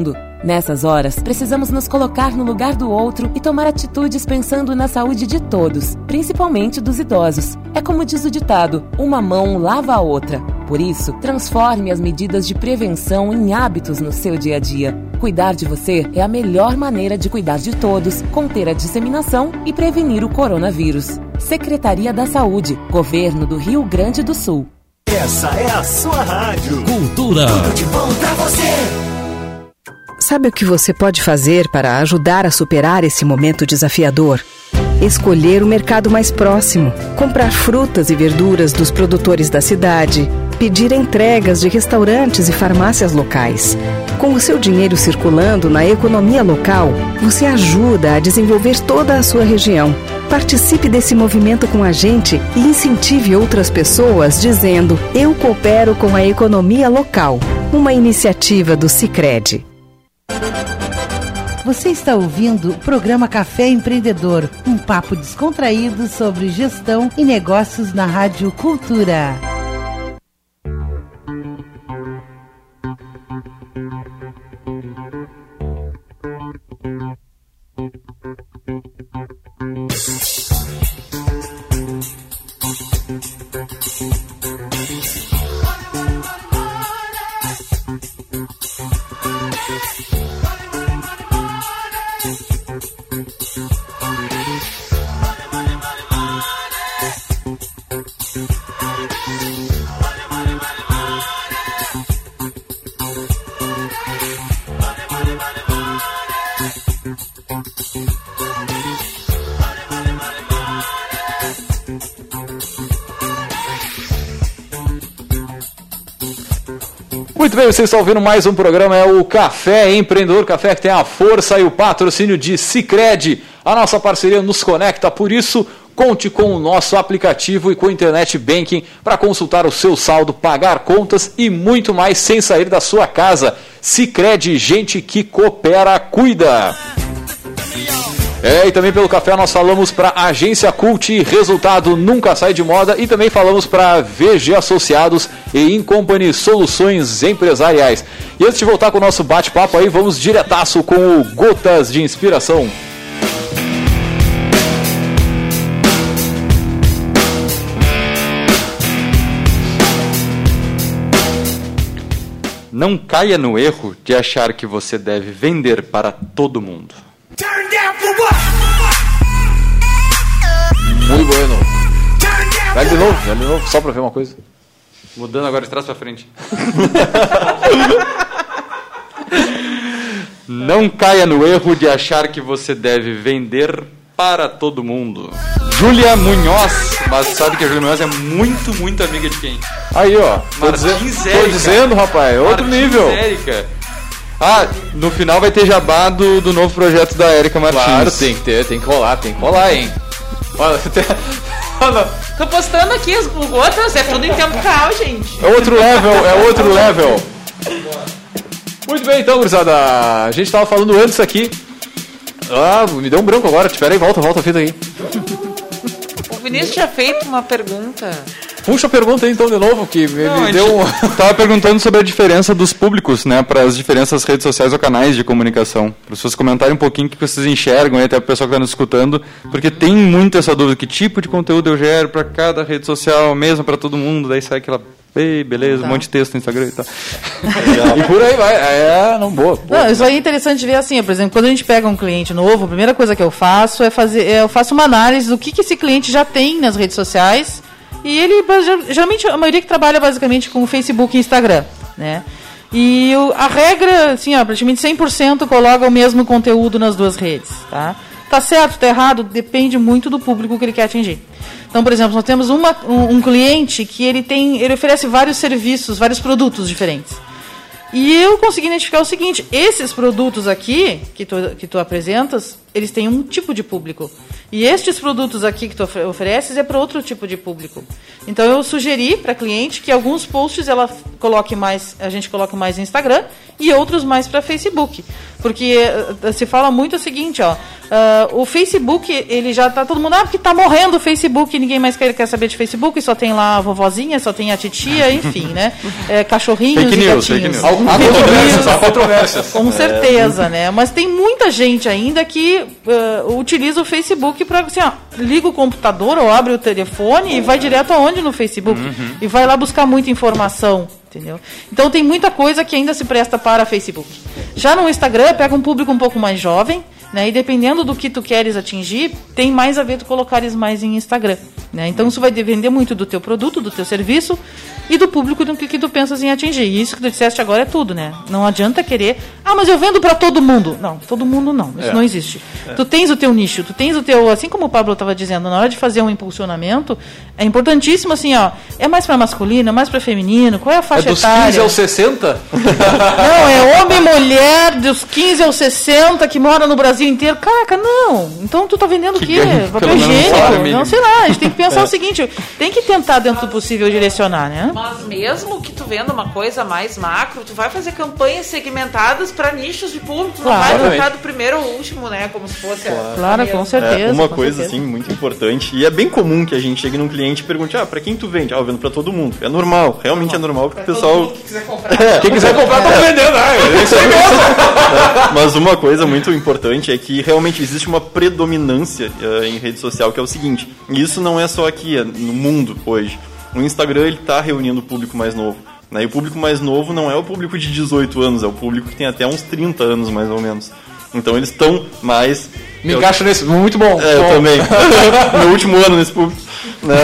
Nessas horas, precisamos nos colocar no lugar do outro e tomar atitudes pensando na saúde de todos, principalmente dos idosos. É como diz o ditado, uma mão lava a outra. Por isso, transforme as medidas de prevenção em hábitos no seu dia a dia. Cuidar de você é a melhor maneira de cuidar de todos, conter a disseminação e prevenir o coronavírus. Secretaria da Saúde, Governo do Rio Grande do Sul. Essa é a sua rádio. Cultura. Tudo de bom pra você. Sabe o que você pode fazer para ajudar a superar esse momento desafiador? Escolher o mercado mais próximo, comprar frutas e verduras dos produtores da cidade, pedir entregas de restaurantes e farmácias locais. Com o seu dinheiro circulando na economia local, você ajuda a desenvolver toda a sua região. Participe desse movimento com a gente e incentive outras pessoas dizendo: eu coopero com a economia local. Uma iniciativa do Sicredi. Você está ouvindo o programa Café Empreendedor, um papo descontraído sobre gestão e negócios na Rádio Cultura. Muito bem, vocês estão ouvindo mais um programa, é o Café Empreendedor, café que tem a força e o patrocínio de Sicredi. A nossa parceria nos conecta, por isso conte com o nosso aplicativo e com o Internet Banking para consultar o seu saldo, pagar contas e muito mais sem sair da sua casa. Sicredi, gente que coopera, cuida. E também pelo café nós falamos para a Agência Cult, resultado nunca sai de moda, e também falamos para VG Associados e Incompany Soluções Empresariais. E antes de voltar com o nosso bate-papo aí, vamos diretaço com o Gotas de Inspiração. Não caia no erro de achar que você deve vender para todo mundo. Muito bueno. Vai de novo, só pra ver uma coisa. Mudando agora de trás pra frente. Não caia no erro de achar que você deve vender para todo mundo. Júlia Munhoz, mas sabe que a Júlia Munhoz é muito, muito amiga de quem? Aí, ó. Tô dizendo, rapaz, outro Martins nível. Érica. Ah, no final vai ter jabá do novo projeto da Érica Martins. Claro, tem que rolar, hein? Olha, tô postando aqui os outros, é tudo em tempo real, gente. É outro level. Muito bem, então, gurizada. A gente tava falando antes aqui. Ah, me deu um branco agora. Espera aí, volta a fita aí. O Vinícius tinha feito uma pergunta. Puxa a pergunta aí então de novo, que me deu um... Tava perguntando sobre a diferença dos públicos, né, para as diferentes redes sociais ou canais de comunicação. Para vocês comentarem um pouquinho o que vocês enxergam, e até o pessoal que está nos escutando, porque tem muito essa dúvida, que tipo de conteúdo eu gero para cada rede social, mesmo para todo mundo, daí sai aquela... Ei, beleza, um monte de texto no Instagram e tal. E por aí vai. Boa. Não, isso aí é interessante ver assim, por exemplo, quando a gente pega um cliente novo, a primeira coisa que eu faço eu faço uma análise do que esse cliente já tem nas redes sociais. E ele, geralmente, a maioria que trabalha basicamente com o Facebook e Instagram, né? E a regra, assim, praticamente 100% coloca o mesmo conteúdo nas duas redes, tá? Tá certo, tá errado, depende muito do público que ele quer atingir. Então, por exemplo, nós temos um cliente que ele oferece vários serviços, vários produtos diferentes. E eu consegui identificar o seguinte: esses produtos aqui que tu apresentas, eles têm um tipo de público. E estes produtos aqui que tu ofereces é para outro tipo de público. Então eu sugeri para a cliente que alguns posts a gente coloque mais no Instagram e outros mais para Facebook. Porque se fala muito o seguinte, o Facebook, ele já tá todo mundo, porque tá morrendo o Facebook, ninguém mais quer saber de Facebook, só tem lá a vovozinha, só tem a titia, enfim, né? Cachorrinhos fake e news, gatinhos. Há controvérsias. Com certeza, né? Mas tem muita gente ainda que utiliza o Facebook para, assim, liga o computador ou abre o telefone e vai direto aonde no Facebook. E vai lá buscar muita informação. Entendeu? Então tem muita coisa que ainda se presta para Facebook. Já no Instagram, pega um público um pouco mais jovem, né? E dependendo do que tu queres atingir, tem mais a ver tu colocares mais em Instagram, né? Então isso vai depender muito do teu produto, do teu serviço e do público do que tu pensas em atingir. E isso que tu disseste agora é tudo, né? Não adianta querer, mas eu vendo para todo mundo. Não, todo mundo não. Isso não existe. Tu tens o teu nicho, tu tens o teu, assim como o Pablo estava dizendo, na hora de fazer um impulsionamento, é importantíssimo assim, é mais para masculino, é mais para feminino, qual é a faixa etária? É dos 15 aos 60? Não, é homem e mulher dos 15 aos 60 que mora no Brasil inteiro. Caraca, não. Então tu tá vendendo o quê? Papel higiênico? Não, sei lá, a gente tem que pensar o seguinte, tem que tentar dentro do possível direcionar, né? Mas mesmo que tu venda uma coisa mais macro, tu vai fazer campanhas segmentadas para nichos de público, não vai trocar do primeiro ao último, né? Como se fosse Claro, com certeza. Uma coisa assim muito importante, e é bem comum que a gente chegue num cliente e pergunte, para quem tu vende? Eu vendo para todo mundo. É normal, realmente é normal, porque o pessoal... Quem quiser comprar. Quem quiser comprar, tá vendendo. É isso aí mesmo. Mas uma coisa muito importante é que realmente existe uma predominância em rede social, que é o seguinte, e isso não é só aqui, é no mundo hoje. O Instagram, ele tá reunindo o público mais novo, né? E o público mais novo não é o público de 18 anos, é o público que tem até uns 30 anos, mais ou menos. Então eles estão mais... Me encaixo nesse, muito bom. Eu também. Meu último ano nesse público, né?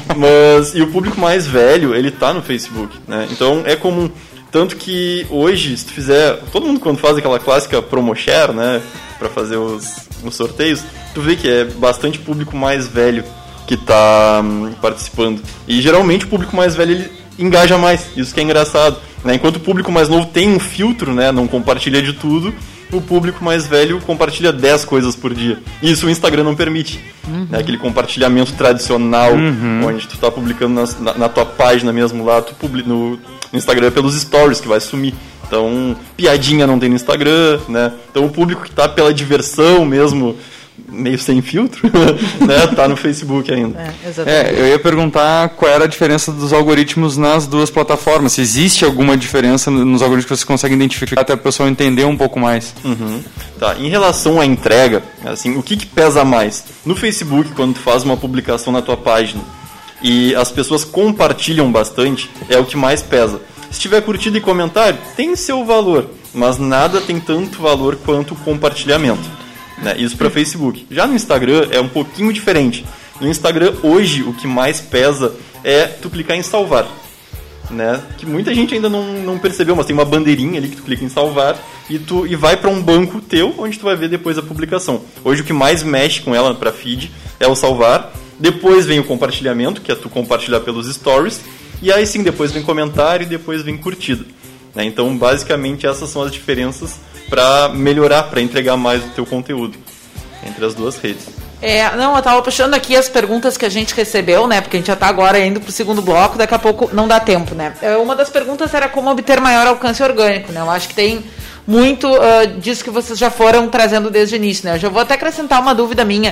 E o público mais velho, ele tá no Facebook, né? Então é comum. Tanto que hoje, se tu fizer... Todo mundo quando faz aquela clássica promo share, né? Pra fazer os sorteios, tu vê que é bastante público mais velho que está participando. E geralmente o público mais velho ele engaja mais, isso que é engraçado, né? Enquanto o público mais novo tem um filtro, né? Não compartilha de tudo, o público mais velho compartilha 10 coisas por dia. Isso o Instagram não permite. Né? Aquele compartilhamento tradicional, onde tu está publicando na tua página mesmo lá, tu publica no Instagram pelos stories, que vai sumir. Então, piadinha não tem no Instagram, né? Então o público que está pela diversão mesmo, meio sem filtro, né? Tá no Facebook ainda. Eu ia perguntar qual era a diferença dos algoritmos nas duas plataformas. Se existe alguma diferença nos algoritmos que você consegue identificar até o pessoal entender um pouco mais. Tá, em relação à entrega, assim, o que pesa mais? No Facebook, quando tu faz uma publicação na tua página e as pessoas compartilham bastante, é o que mais pesa. Se tiver curtida e comentário, tem seu valor, mas nada tem tanto valor quanto o compartilhamento. Né? Isso para Facebook. Já no Instagram é um pouquinho diferente. No Instagram, hoje, o que mais pesa é tu clicar em salvar. Né? Que muita gente ainda não percebeu, mas tem uma bandeirinha ali que tu clica em salvar e vai para um banco teu, onde tu vai ver depois a publicação. Hoje o que mais mexe com ela para feed é o salvar. Depois vem o compartilhamento, que é tu compartilhar pelos stories. E aí sim, depois vem comentário e depois vem curtida. Né? Então, basicamente, essas são as diferenças para melhorar, para entregar mais o teu conteúdo entre as duas redes. Eu estava puxando aqui as perguntas que a gente recebeu, né? Porque a gente já está agora indo para o segundo bloco, daqui a pouco não dá tempo, né? Uma das perguntas era como obter maior alcance orgânico, né? Eu acho que tem muito disso que vocês já foram trazendo desde o início, né? Eu já vou até acrescentar uma dúvida minha.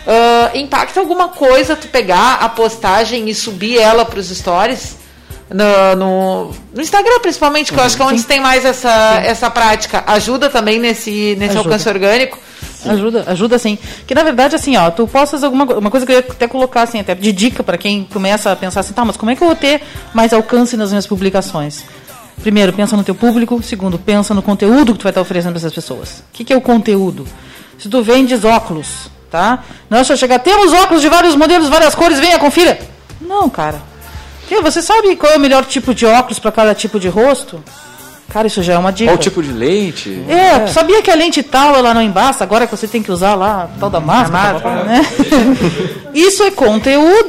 Impacta alguma coisa tu pegar a postagem e subir ela para os stories? No Instagram, principalmente, que eu acho que é onde tem mais essa prática. Ajuda também nesse alcance orgânico? Ajuda sim. Que na verdade, assim, tu postas uma coisa que eu ia até colocar assim, até de dica para quem começa a pensar assim, mas como é que eu vou ter mais alcance nas minhas publicações? Primeiro, pensa no teu público. Segundo, pensa no conteúdo que tu vai estar oferecendo para essas pessoas. O que é o conteúdo? Se tu vendes óculos, tá? Não é só chegar, temos óculos de vários modelos, várias cores, venha, confira. Não, cara. Você sabe qual é o melhor tipo de óculos para cada tipo de rosto? Cara, isso já é uma dica. Qual tipo de lente? Sabia que a lente tal, ela não embaça, agora que você tem que usar lá a tal da máscara, né? Isso é conteúdo.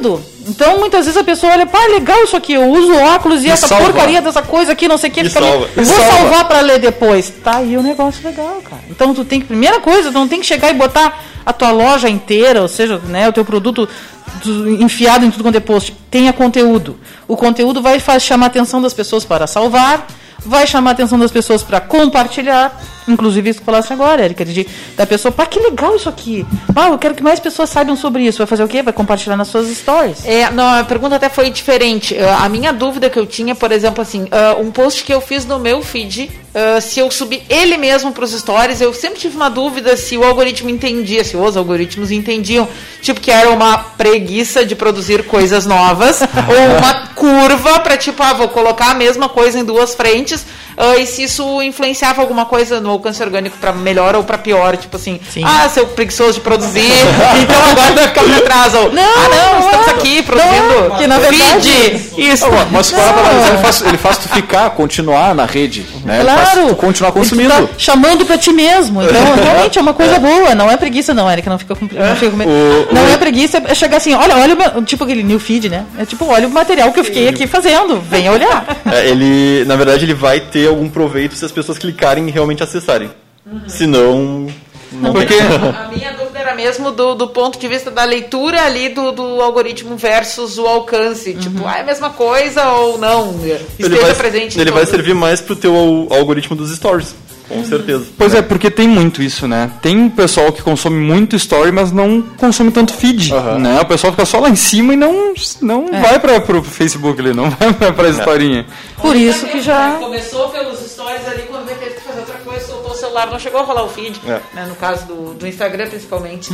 Então, muitas vezes a pessoa olha, pá, legal isso aqui, eu uso óculos e essa salva. porcaria dessa coisa aqui, não sei o que, fica salva. ali. Vou salvar pra ler depois. Tá aí o negócio legal, cara. Então, tu tem que, primeira coisa, tu não tem que chegar e botar a tua loja inteira, ou seja, né, o teu produto enfiado em tudo quanto é post. Tenha conteúdo. O conteúdo vai chamar a atenção das pessoas para salvar, vai chamar a atenção das pessoas para compartilhar, inclusive isso que falaste agora, Érica, da pessoa, pá, que legal isso aqui. Eu quero que mais pessoas saibam sobre isso. Vai fazer o quê? Vai compartilhar nas suas stories. Não, a pergunta até foi diferente. A minha dúvida que eu tinha, por exemplo, assim, um post que eu fiz no meu feed, se eu subir ele mesmo para os stories, eu sempre tive uma dúvida se o algoritmo entendia, se os algoritmos entendiam, tipo, que era uma preguiça de produzir coisas novas, ou uma curva para, tipo, vou colocar a mesma coisa em duas frentes, e se isso influenciava alguma coisa no alcance orgânico para melhor ou para pior, tipo assim, seu preguiçoso de produzir, então agora vai ficar para trás, ou não, estamos aqui produzindo que na verdade isso. Mas ele faz tu continuar na rede, né? Claro. Ele faz tu continuar consumindo. Tu tá chamando para ti mesmo, então realmente é uma coisa boa, não é preguiça não, Érica, não fica com medo. Não é preguiça, é chegar assim, olha o meu, tipo aquele new feed, né? É tipo, olha o material que eu fiquei aqui fazendo, venha olhar. Ele, na verdade, ele vai ter algum proveito se as pessoas clicarem e realmente acessarem. Senão, não porque a minha dúvida era mesmo do ponto de vista da leitura ali do algoritmo versus o alcance. Tipo, é a mesma coisa ou não? Esteja presente. Ele vai servir mais pro teu algoritmo dos stories. Com certeza. Pois é, porque tem muito isso, né? Tem pessoal que consome muito story, mas não consome tanto feed, né? O pessoal fica só lá em cima e não vai pro Facebook ali, não vai pra historinha. Por isso que já... Começou pelos stories ali, quando vai ter que fazer outra coisa, soltou o celular, não chegou a rolar o feed, né? No caso do Instagram, principalmente.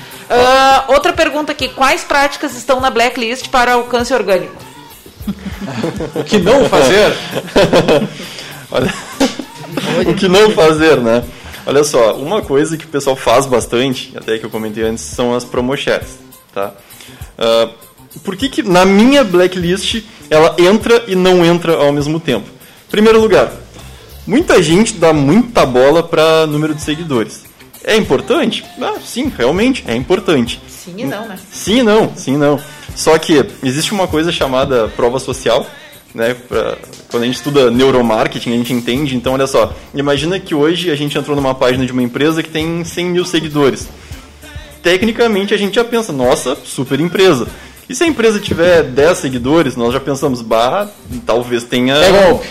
Outra pergunta aqui, quais práticas estão na blacklist para alcance orgânico? O que não fazer? Olha... O que não fazer, né? Olha só, uma coisa que o pessoal faz bastante, até que eu comentei antes, são as promo-shares, tá? Por que na minha blacklist ela entra e não entra ao mesmo tempo? Primeiro lugar, muita gente dá muita bola para número de seguidores. É importante? Sim, realmente é importante. Sim e não, né? Sim e não. Só que existe uma coisa chamada prova social, né? Quando a gente estuda neuromarketing, a gente entende. Então, olha só, imagina que hoje a gente entrou numa página de uma empresa que tem 100 mil seguidores. Tecnicamente, a gente já pensa, nossa, super empresa. E se a empresa tiver 10 seguidores, nós já pensamos, talvez tenha... É golpe.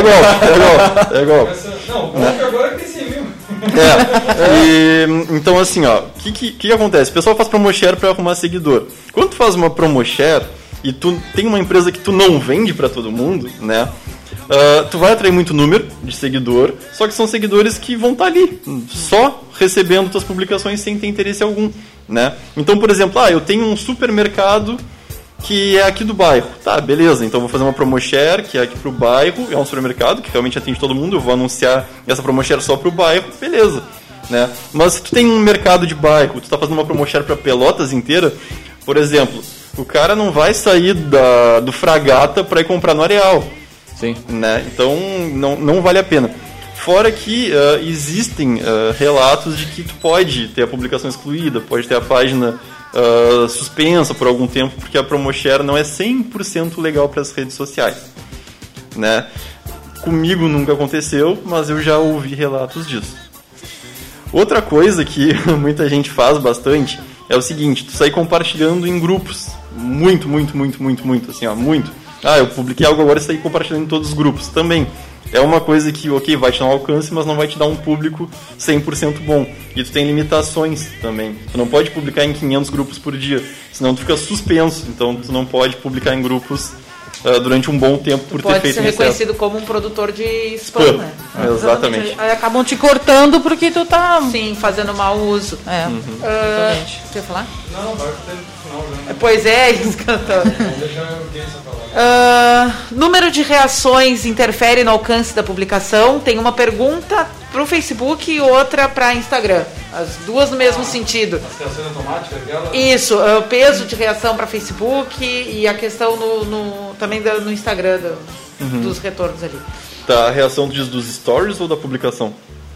Não, o golpe agora é que tem 100 mil. Então, assim, ó, o que acontece? O pessoal faz promo-share para arrumar seguidor. Quando tu faz uma promo-share e tu tem uma empresa que tu não vende para todo mundo, né? Tu vai atrair muito número de seguidor, só que são seguidores que vão estar ali, só recebendo tuas publicações sem ter interesse algum, né? Então, por exemplo, eu tenho um supermercado que é aqui do bairro. Tá, beleza, então vou fazer uma promo-share que é aqui pro bairro, é um supermercado que realmente atende todo mundo, eu vou anunciar essa promo-share só pro bairro, beleza, né? Mas se tu tem um mercado de bairro, tu tá fazendo uma promo-share pra Pelotas inteira, por exemplo, o cara não vai sair do Fragata para ir comprar no Areal. Sim. Né? Então, não vale a pena. Fora que existem relatos de que tu pode ter a publicação excluída, pode ter a página suspensa por algum tempo, porque a promo-share não é 100% legal para as redes sociais. Né? Comigo nunca aconteceu, mas eu já ouvi relatos disso. Outra coisa que muita gente faz bastante é o seguinte, tu sai compartilhando em grupos. Muito, assim, muito. Eu publiquei algo agora e saí compartilhando em todos os grupos também. É uma coisa que, vai te dar um alcance, mas não vai te dar um público 100% bom. E tu tem limitações também. Tu não pode publicar em 500 grupos por dia, senão tu fica suspenso. Então tu não pode publicar em grupos durante um bom tempo por ter feito pode ser reconhecido como um produtor de spam, né? Exatamente. Aí acabam te cortando porque tu tá... Sim, fazendo mau uso. Exatamente. Quer falar? Não, vai ter no final, né? Pois é, isso que eu tô... número de reações interfere no alcance da publicação? Tem uma pergunta pro Facebook e outra para Instagram. As duas no mesmo sentido. As reações automáticas dela? Isso, o peso de reação para Facebook e a questão também no Instagram dos retornos ali. Tá, a reação diz dos stories ou da publicação?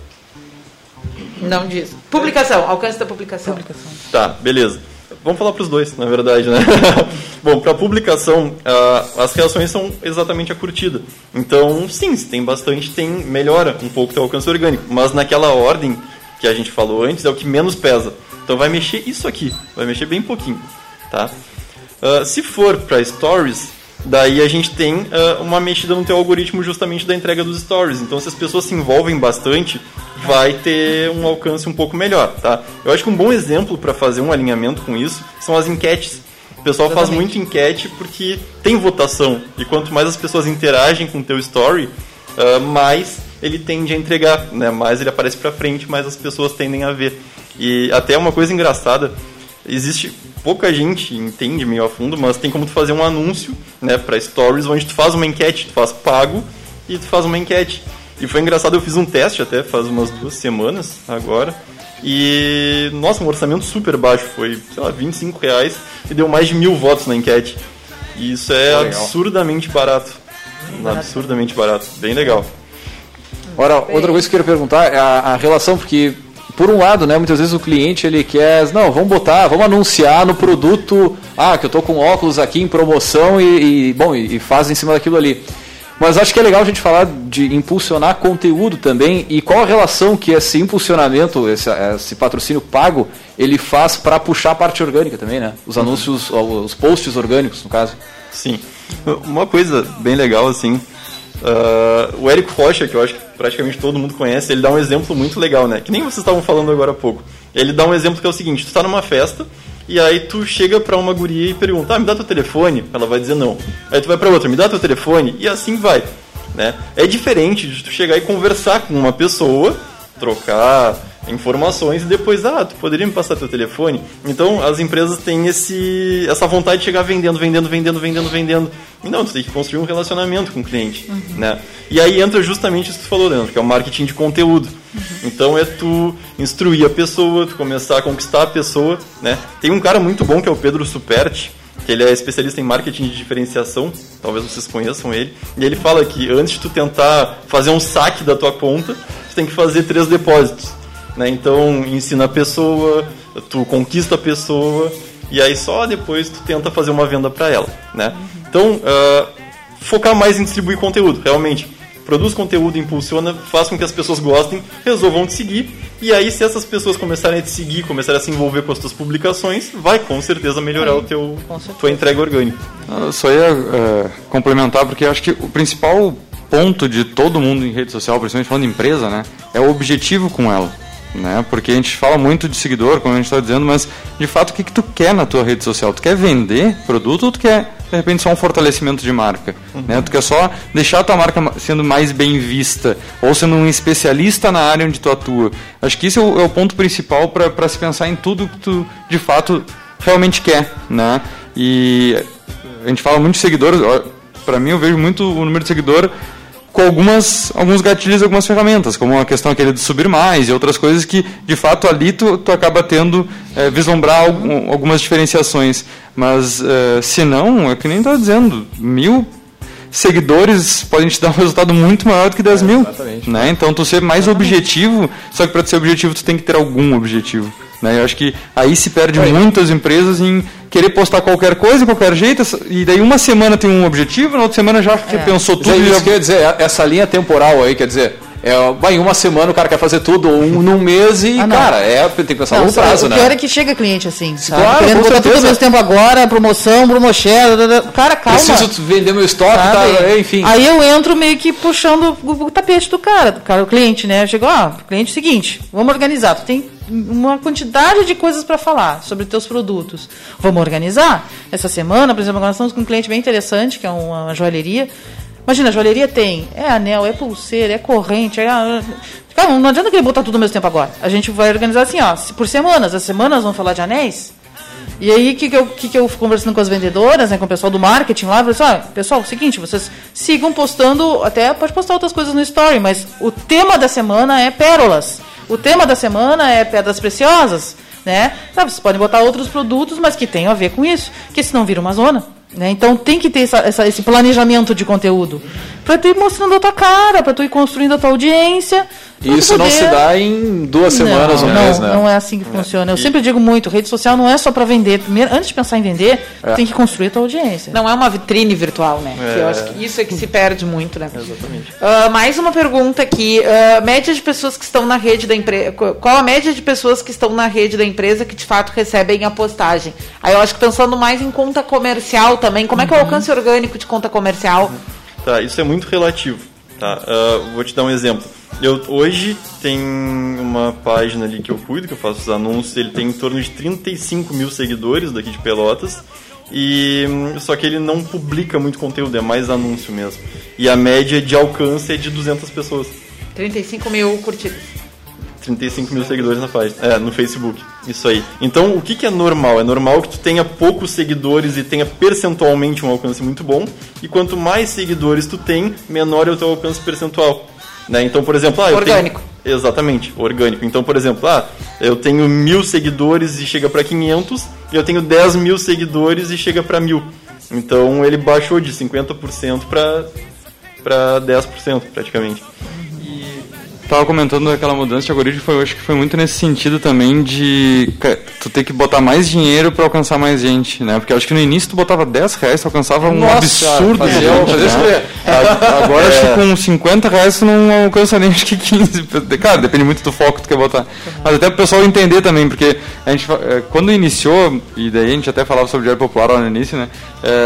Não diz. Publicação, alcance da publicação. Tá, beleza. Vamos falar pros dois, na verdade, né? Bom, para publicação, as reações são exatamente a curtida. Então, sim, se tem bastante, melhora um pouco o teu alcance orgânico. Mas naquela ordem que a gente falou antes, é o que menos pesa. Então vai mexer isso aqui, vai mexer bem pouquinho, tá? Se for para stories, daí a gente tem uma mexida no teu algoritmo justamente da entrega dos stories. Então, se as pessoas se envolvem bastante, vai ter um alcance um pouco melhor, tá? Eu acho que um bom exemplo para fazer um alinhamento com isso são as enquetes. O pessoal faz muito enquete porque tem votação. E quanto mais as pessoas interagem com o teu story, mais ele tende a entregar, né? Mais ele aparece para frente, mais as pessoas tendem a ver. E até uma coisa engraçada, existe pouca gente entende meio a fundo, mas tem como tu fazer um anúncio, né, para stories, onde tu faz uma enquete, tu faz pago e tu faz uma enquete. E foi engraçado, eu fiz um teste até faz umas 2 semanas agora, e nossa, um orçamento super baixo, foi, sei lá, R$25 e deu mais de 1.000 votos na enquete. E isso é absurdamente barato. Absurdamente barato, bem legal. Ora, outra coisa que eu queria perguntar é a relação, porque por um lado, né, muitas vezes o cliente ele quer, não, vamos anunciar no produto, que eu tô com óculos aqui em promoção e faz em cima daquilo ali. Mas acho que é legal a gente falar de impulsionar conteúdo também, e qual a relação que esse impulsionamento, esse patrocínio pago, ele faz para puxar a parte orgânica também, né? Os anúncios, os posts orgânicos, no caso. Sim. Uma coisa bem legal, assim, o Érico Rocha, que eu acho que praticamente todo mundo conhece, ele dá um exemplo muito legal, né? Que nem vocês estavam falando agora há pouco. Ele dá um exemplo que é o seguinte: tu tá numa festa e aí tu chega pra uma guria e pergunta, me dá teu telefone? Ela vai dizer não. Aí tu vai pra outra, me dá teu telefone? E assim vai, né? É diferente de tu chegar e conversar com uma pessoa, trocar informações e depois, tu poderia me passar teu telefone? Então as empresas têm essa vontade de chegar vendendo. E não, tu tem que construir um relacionamento com o cliente, né? E aí entra justamente isso que tu falou, Leandro, que é o marketing de conteúdo. Então é tu instruir a pessoa, tu começar a conquistar a pessoa, né? Tem um cara muito bom que é o Pedro Superti, que ele é especialista em marketing de diferenciação, talvez vocês conheçam ele, e ele fala que antes de tu tentar fazer um saque da tua conta, tu tem que fazer 3 depósitos, né? Então ensina a pessoa, tu conquista a pessoa, e aí só depois tu tenta fazer uma venda para ela, né? Então, focar mais em distribuir conteúdo, realmente. Produz conteúdo, impulsiona, faz com que as pessoas gostem, resolvam te seguir, e aí se essas pessoas começarem a te seguir, começarem a se envolver com as tuas publicações, vai com certeza melhorar tua entrega orgânica. Eu só ia complementar, porque eu acho que o principal ponto de todo mundo em rede social, principalmente falando de empresa, né, é o objetivo com ela. Né? Porque a gente fala muito de seguidor, como a gente está dizendo, mas de fato o que tu quer na tua rede social? Tu quer vender produto ou tu quer, de repente, só um fortalecimento de marca? Né? Tu quer só deixar a tua marca sendo mais bem vista ou sendo um especialista na área onde tu atua? Acho que isso é o ponto principal para se pensar em tudo que tu de fato realmente quer, né? E a gente fala muito de seguidores, para mim eu vejo muito o número de seguidor com alguns gatilhos, algumas ferramentas, como a questão aquele de subir mais e outras coisas que, de fato, ali tu acaba tendo, vislumbrar algumas diferenciações. Mas, se não, é que nem estava dizendo, 1.000 seguidores podem te dar um resultado muito maior do que 10 mil. Né? Então, tu ser mais objetivo, só que para ser objetivo, tu tem que ter algum objetivo. Né? Eu acho que aí se perde muitas empresas em querer postar qualquer coisa, de qualquer jeito, e daí uma semana tem um objetivo, na outra semana já pensou tudo. Isso quer dizer, essa linha temporal aí, quer dizer, em uma semana o cara quer fazer tudo, ou num mês e, cara, tem que pensar no prazo, né? O pior é que chega cliente assim, sabe? Claro, querendo botar tudo ao mesmo tempo agora, promoção, promoshare, cara, calma. Preciso vender meu estoque, enfim. Aí eu entro meio que puxando o tapete do cara, o cliente, né? Chegou, cliente, seguinte, vamos organizar, tu tem uma quantidade de coisas para falar sobre teus produtos. Vamos organizar? Essa semana, por exemplo, nós estamos com um cliente bem interessante, que é uma joalheria. Imagina, a joalheria tem anel, é pulseira, é corrente, Cara, não adianta querer botar tudo ao mesmo tempo agora. A gente vai organizar assim, por semanas. As semanas vão falar de anéis. E aí, o que eu conversando com as vendedoras, né, com o pessoal do marketing lá, eu falei assim, pessoal, é o seguinte, vocês sigam postando, até pode postar outras coisas no story, mas o tema da semana é pérolas. O tema da semana é pedras preciosas, né? Vocês podem botar outros produtos, mas que tenham a ver com isso, porque senão vira uma zona. Né? Então tem que ter esse planejamento de conteúdo. pra tu ir mostrando a tua cara, pra tu ir construindo a tua audiência. Isso não se dá em 2 semanas, um mês, né? Não é assim que funciona. Eu sempre digo muito, rede social não é só para vender. Primeiro, antes de pensar em vender, tem que construir a tua audiência. Não é uma vitrine virtual, né? Que eu acho que isso é que se perde muito, né? Exatamente. Mais uma pergunta aqui. Média de pessoas que estão na rede da empresa. Qual a média de pessoas que estão na rede da empresa que de fato recebem a postagem? Aí eu acho que pensando mais em conta comercial também. Como é que é o alcance orgânico de conta comercial? Tá, isso é muito relativo. Tá? Vou te dar um exemplo. Hoje tem uma página ali que eu cuido, que eu faço os anúncios, ele tem em torno de 35 mil seguidores daqui de Pelotas, só que ele não publica muito conteúdo, é mais anúncio mesmo. E a média de alcance é de 200 pessoas. 35 mil curtidas. 35 mil seguidores na página, no Facebook, isso aí. Então, o que é normal? É normal que tu tenha poucos seguidores e tenha percentualmente um alcance muito bom, e quanto mais seguidores tu tem, menor é o teu alcance percentual. Né? Então, por exemplo... orgânico. Exatamente, orgânico. Então, por exemplo, eu tenho 1.000 seguidores e chega para 500, e eu tenho 10 mil seguidores e chega para 1.000. Então, ele baixou de 50% para 10%, praticamente. Tava comentando aquela mudança de algoritmo, acho que foi muito nesse sentido também de tu ter que botar mais dinheiro para alcançar mais gente, né? Porque acho que no início tu botava R$10, tu alcançava um absurdo de gente, né? Agora acho que com R$50 tu não alcança nem acho que 15. Cara, depende muito do foco que tu quer botar. Mas até pro pessoal entender também, porque a gente, quando iniciou, e daí a gente até falava sobre o Diário Popular lá no início, né?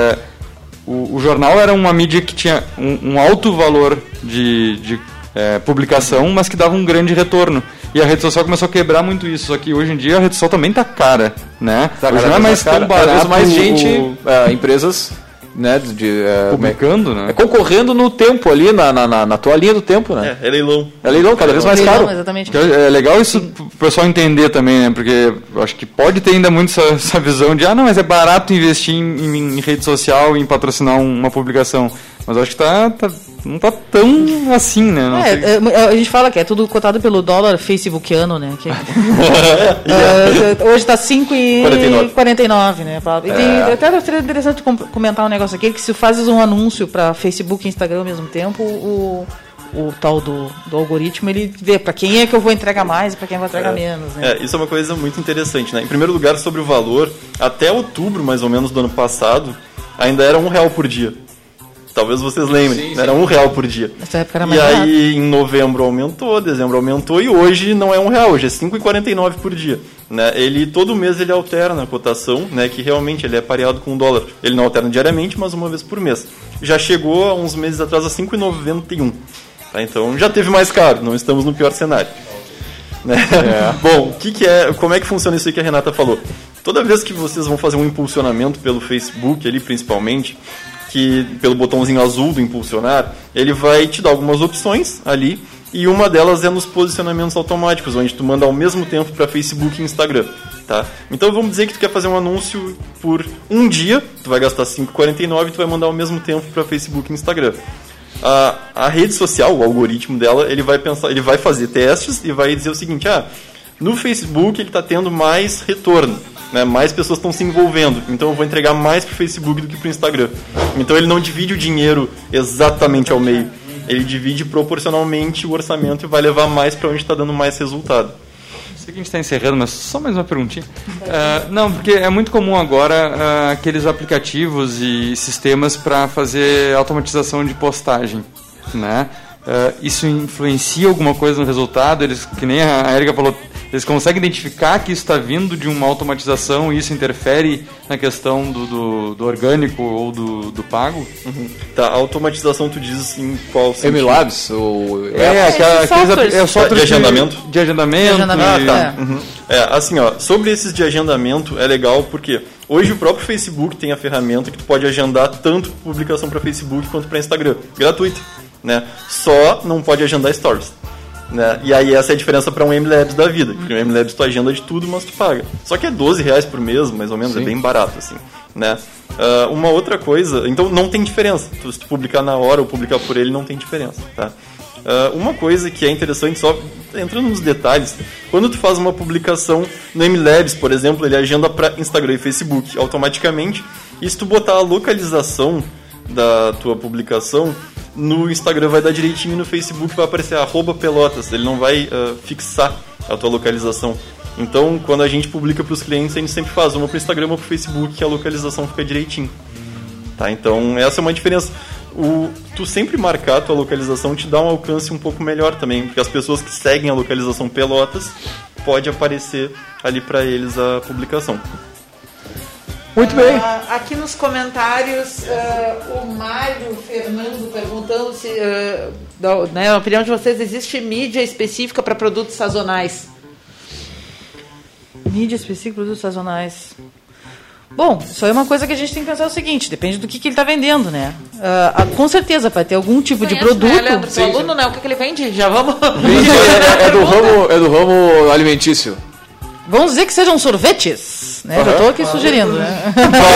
O jornal era uma mídia que tinha um alto valor de publicação, mas que dava um grande retorno. E a rede social começou a quebrar muito isso. Só que hoje em dia a rede social também tá cara, né? Hoje não é mais tão barato. Cada vez mais gente, empresas, né, publicando, né? Concorrendo no tempo ali, na tua linha do tempo, né? É leilão. É leilão, cada vez mais caro. Exatamente. É legal isso pro pessoal entender também, né? Porque eu acho que pode ter ainda muito essa visão de não, mas é barato investir em rede social e em patrocinar uma publicação. Mas eu acho que não tá tão assim, né? A gente fala que é tudo cotado pelo dólar facebookiano, né? Que, hoje tá 5,49, né? E tem, até seria interessante comentar um negócio aqui, que se fazes um anúncio para Facebook e Instagram ao mesmo tempo, o tal do algoritmo, ele vê para quem é que eu vou entregar mais e para quem eu vou entregar menos, né? Isso é uma coisa muito interessante, né? Em primeiro lugar, sobre o valor, até outubro, mais ou menos, do ano passado, ainda era R$1 por dia. Talvez vocês lembrem, sim. Era R$1 por dia. Nessa época era mais barato. barato. Aí em novembro aumentou, dezembro aumentou, e hoje não é R$1, hoje é R$5,49 por dia. Né? Todo mês ele alterna a cotação, né, que realmente ele é pareado com o dólar. Ele não alterna diariamente, mas uma vez por mês. Já chegou há uns meses atrás a R$5,91. Tá? Então já teve mais caro, não estamos no pior cenário. Né? Bom, como é que funciona isso aí que a Renata falou? Toda vez que vocês vão fazer um impulsionamento pelo Facebook ali, principalmente, que pelo botãozinho azul do impulsionar, ele vai te dar algumas opções ali, e uma delas é nos posicionamentos automáticos, onde tu manda ao mesmo tempo para Facebook e Instagram, tá? Então vamos dizer que tu quer fazer um anúncio por um dia, tu vai gastar R$5,49 e tu vai mandar ao mesmo tempo para Facebook e Instagram. A rede social, o algoritmo dela, ele vai fazer testes e vai dizer o seguinte: no Facebook ele está tendo mais retorno, né? Mais pessoas estão se envolvendo, então eu vou entregar mais para o Facebook do que para o Instagram. Então ele não divide o dinheiro exatamente ao meio, ele divide proporcionalmente o orçamento e vai levar mais para onde está dando mais resultado. Sei que a gente está encerrando, mas só mais uma perguntinha. Não, porque é muito comum agora aqueles aplicativos e sistemas para fazer automatização de postagem, né? Isso influencia alguma coisa no resultado? Eles, que nem a Érica falou, eles conseguem identificar que isso está vindo de uma automatização e isso interfere na questão do orgânico ou do pago? Uhum. Tá, a automatização tu diz em qual sentido? MLabs? Aqueles software de agendamento? De agendamento. Tá. Uhum. Assim, sobre esses de agendamento é legal porque hoje o próprio Facebook tem a ferramenta que tu pode agendar tanto publicação para Facebook quanto para Instagram, gratuito, né? Só não pode agendar stories, né? E aí essa é a diferença para um MLabs da vida, porque o MLabs tu agenda de tudo, mas tu paga. Só que é R$12 por mês, mais ou menos. Sim. É bem barato, assim, né? Uma outra coisa, então não tem diferença, se tu publicar na hora ou publicar por ele, não tem diferença, tá? Uma coisa que é interessante, só entrando nos detalhes, quando tu faz uma publicação no MLabs, por exemplo, ele agenda para Instagram e Facebook automaticamente, e se tu botar a localização da tua publicação, no Instagram vai dar direitinho e no Facebook vai aparecer @pelotas. Ele não vai fixar a tua localização. Então, quando a gente publica para os clientes, a gente sempre faz uma para o Instagram, uma para o Facebook, que a localização fica direitinho. Tá? Então, essa é uma diferença. Tu sempre marcar a tua localização te dá um alcance um pouco melhor também, porque as pessoas que seguem a localização Pelotas, pode aparecer ali para eles a publicação. Muito bem. Aqui nos comentários, o Mário Fernando perguntando se, na opinião de vocês, existe mídia específica para produtos sazonais? Mídia específica para produtos sazonais. Bom, isso aí é uma coisa que a gente tem que pensar o seguinte, depende do que ele está vendendo, né? Com certeza vai ter algum tipo de produto. Né, Leandro, sim, aluno, né? O que ele vende? Já vamos... É do ramo alimentício. Vamos dizer que sejam sorvetes, né? Já estou aqui sugerindo, né?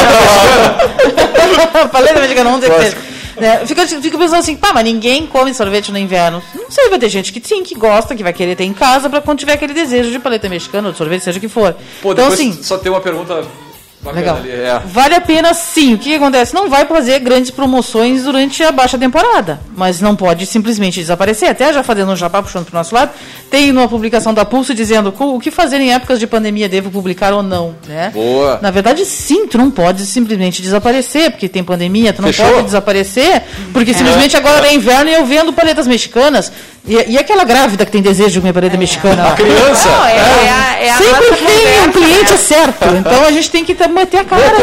Falei da mexicana, vamos dizer que seja. Fico pensando assim, mas ninguém come sorvete no inverno. Não sei, vai ter gente que sim, que gosta, que vai querer ter em casa para quando tiver aquele desejo de paleta mexicana ou de sorvete, seja o que for. Pô, então, assim, só tem uma pergunta... Legal. Ali, Vale a pena sim. O que acontece? Não vai fazer grandes promoções durante a baixa temporada, mas não pode simplesmente desaparecer. Até já fazendo um jabá, puxando para o nosso lado, tem uma publicação da Pulso dizendo o que fazer em épocas de pandemia, devo publicar ou não, né? Boa. Na verdade, sim, tu não pode simplesmente desaparecer, porque tem pandemia, tu não pode desaparecer, porque simplesmente agora é inverno e eu vendo paletas mexicanas. E aquela grávida que tem desejo de comer paleta mexicana? A criança? Sempre tem um cliente certo. Então a gente tem que meter a cara.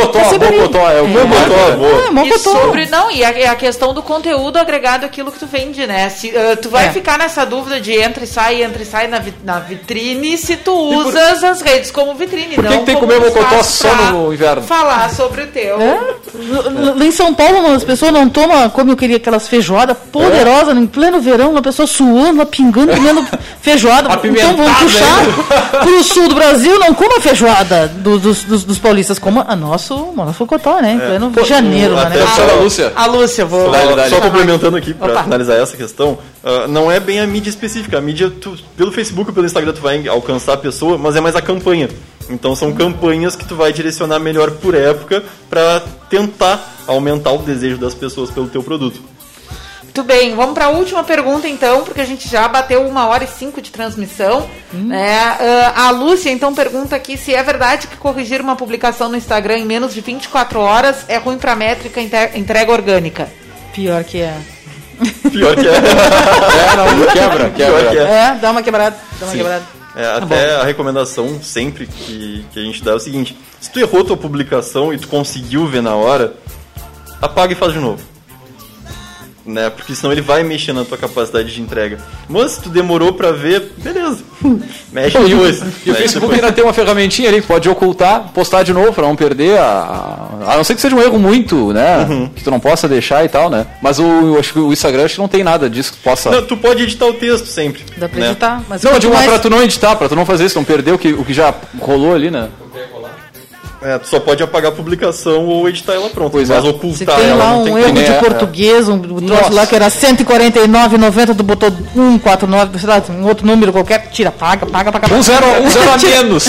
E a questão do conteúdo agregado àquilo que tu vende, né? Se, tu vai ficar nessa dúvida de entra e sai na vitrine se tu usas as redes como vitrine. Por que tem que comer mocotó só no inverno? Falar sobre o teu. Lá em São Paulo, as pessoas não tomam, como eu queria, aquelas feijoadas poderosas, em pleno verão, uma pessoa suando, pingando, comendo feijoada. Então vamos puxar pro sul do Brasil, não coma a feijoada dos paulistas, coma a nosso mocotó, né? Em pleno janeiro. A Lúcia, vou... Só complementando aqui, para finalizar essa questão, não é bem a mídia específica. A mídia, pelo Facebook ou pelo Instagram, tu vai alcançar a pessoa, mas é mais a campanha. Então são campanhas que tu vai direcionar melhor por época para tentar aumentar o desejo das pessoas pelo teu produto. Muito bem, vamos para a última pergunta então, porque a gente já bateu 1h05 de transmissão. A Lúcia então pergunta aqui se é verdade que corrigir uma publicação no Instagram em menos de 24 horas é ruim para a métrica entrega orgânica. Pior que é. Quebra. Dá uma quebrada. Até a recomendação sempre que a gente dá é o seguinte: se tu errou tua publicação e tu conseguiu ver na hora, apaga e faz de novo. Né? Porque senão ele vai mexer na tua capacidade de entrega. Mas se tu demorou pra ver, beleza. Mexe depois. E o Facebook ainda tem uma ferramentinha ali que pode ocultar, postar de novo pra não perder a não ser que seja um erro muito, né? Que tu não possa deixar e tal, né? Mas acho que o Instagram acho que não tem nada disso que tu possa... Não, tu pode editar o texto sempre. Dá pra editar. Mas não, pra tu não editar, pra tu não fazer isso, não perder o que já rolou ali, né? Tu só pode apagar a publicação ou editar ela pronta. Mas ocultar se tem ela lá não tem um erro de português, um troço lá que era 149,90, tu botou 149, sei lá, um outro número qualquer, tira, paga. Um zero a menos.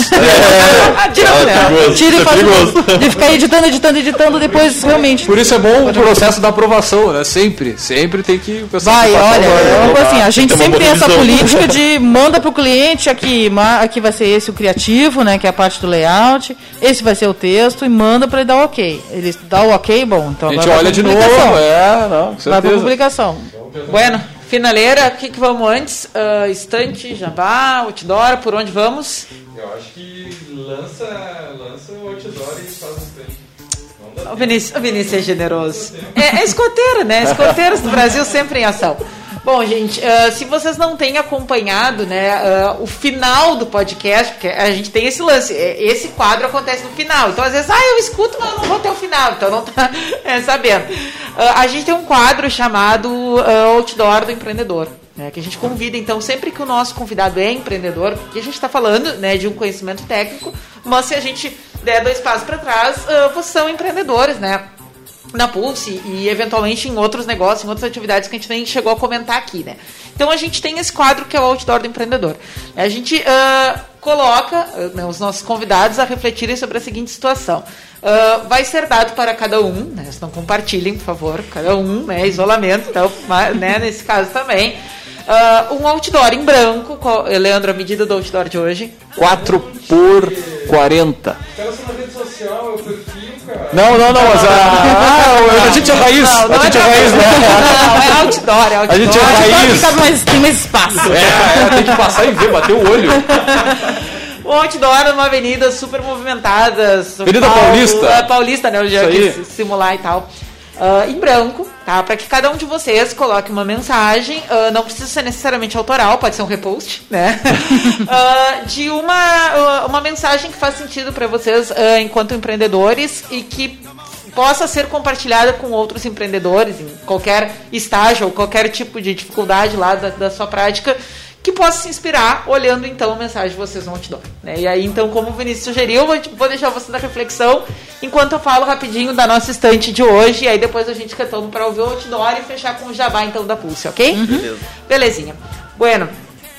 Tira e faz de ficar editando, depois realmente. Por isso é bom o processo da aprovação, né? Sempre tem que... O pessoal assim, a gente sempre tem essa política de manda pro cliente, aqui vai ser esse o criativo, né, que é a parte do layout, esse vai ser o texto e manda para ele dar o ok. Ele dá o ok, bom, então a gente olha de novo, vai para publicação. Bueno, finaleira, o que vamos antes? Estante, jabá, outdoor, por onde vamos? Eu acho que lança o outdoor e faz o O estante. Vinícius é generoso. É escoteiro, né? Escoteiros do Brasil sempre em ação. Bom, gente, se vocês não têm acompanhado, né, o final do podcast, porque a gente tem esse lance, esse quadro acontece no final, então às vezes, eu escuto, mas eu não vou até o final, então não tá sabendo. A gente tem um quadro chamado Outdoor do Empreendedor, né, que a gente convida, então, sempre que o nosso convidado é empreendedor, que a gente está falando, né, de um conhecimento técnico, mas se a gente der 2 passos para trás, vocês são empreendedores, né? Na Pulse e eventualmente em outros negócios, em outras atividades que a gente nem chegou a comentar aqui, né? Então a gente tem esse quadro que é o Outdoor do Empreendedor. A gente coloca os nossos convidados a refletirem sobre a seguinte situação. Vai ser dado para cada um, né, não compartilhem, por favor, cada um, né, isolamento, então, né, nesse caso também, um outdoor em branco. Leandro, a medida do outdoor de hoje? 4 por 40. Quero ser na rede social, eu perfil, cara. Não, mas a gente é raiz. A gente é raiz, né? Não, é outdoor. A gente é raiz. Tem mais espaço. Tem que passar e ver, bater o olho. Um outdoor numa avenida super movimentada. Avenida Paulista. Paulista, né? O dia que simular e tal. Em branco, tá? Para que cada um de vocês coloque uma mensagem, não precisa ser necessariamente autoral, pode ser um repost, né? De uma mensagem que faz sentido para vocês enquanto empreendedores e que possa ser compartilhada com outros empreendedores em qualquer estágio ou qualquer tipo de dificuldade lá da sua prática, que possa se inspirar olhando, então, a mensagem de vocês no outdoor, né? E aí, então, como o Vinícius sugeriu, vou deixar você na reflexão enquanto eu falo rapidinho da nossa estante de hoje, e aí depois a gente retoma para ouvir o outdoor e fechar com o jabá, então, da Pulse, ok? Beleza. Belezinha. Bueno,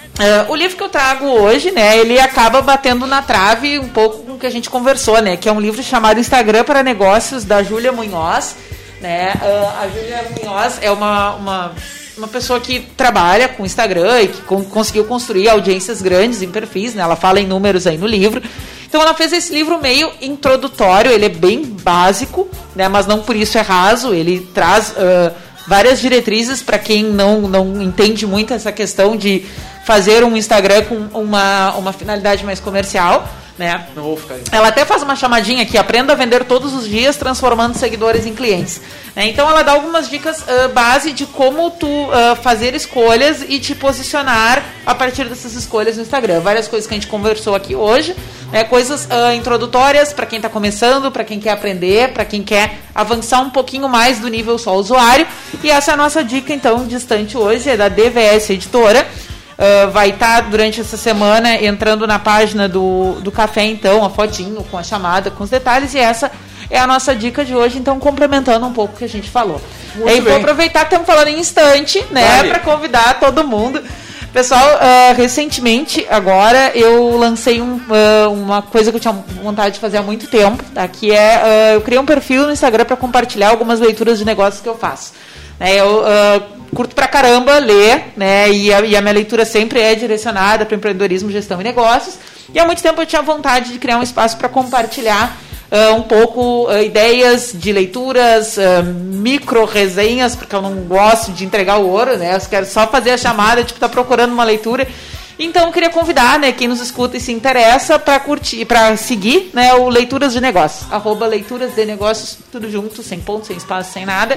o livro que eu trago hoje, né, ele acaba batendo na trave um pouco com o que a gente conversou, né, que é um livro chamado Instagram para Negócios, da Júlia Munhoz, né? A Júlia Munhoz é uma pessoa que trabalha com Instagram e que conseguiu construir audiências grandes em perfis, né? Ela fala em números aí no livro. Então ela fez esse livro meio introdutório, ele é bem básico, né? Mas não por isso é raso, ele traz várias diretrizes para quem não entende muito essa questão de fazer um Instagram com uma finalidade mais comercial, né? Não vou ficar aí. Ela até faz uma chamadinha aqui, aprenda a vender todos os dias, transformando seguidores em clientes. Né? Então ela dá algumas dicas base de como tu fazer escolhas e te posicionar a partir dessas escolhas no Instagram. Várias coisas que a gente conversou aqui hoje, né? Coisas introdutórias para quem está começando, para quem quer aprender, para quem quer avançar um pouquinho mais do nível só usuário. E essa é a nossa dica, então, distante hoje, é da DVS Editora. Vai estar durante essa semana entrando na página do café, então, a fotinho com a chamada, com os detalhes, e essa é a nossa dica de hoje, então, complementando um pouco o que a gente falou. E vou aproveitar que estamos falando em instante, né, para convidar todo mundo. Pessoal, recentemente, agora, eu lancei uma coisa que eu tinha vontade de fazer há muito tempo, tá? Que eu criei um perfil no Instagram para compartilhar algumas leituras de negócios que eu faço. Eu curto pra caramba ler, né? E a minha leitura sempre é direcionada para empreendedorismo, gestão e negócios. E há muito tempo eu tinha vontade de criar um espaço para compartilhar um pouco ideias de leituras, micro resenhas, porque eu não gosto de entregar o ouro, né? Eu quero só fazer a chamada, tipo, tá procurando uma leitura. Então eu queria convidar, né, quem nos escuta e se interessa para curtir, para seguir, né, o Leituras de Negócios, @Leituras de Negócios, tudo junto, sem ponto, sem espaço, sem nada.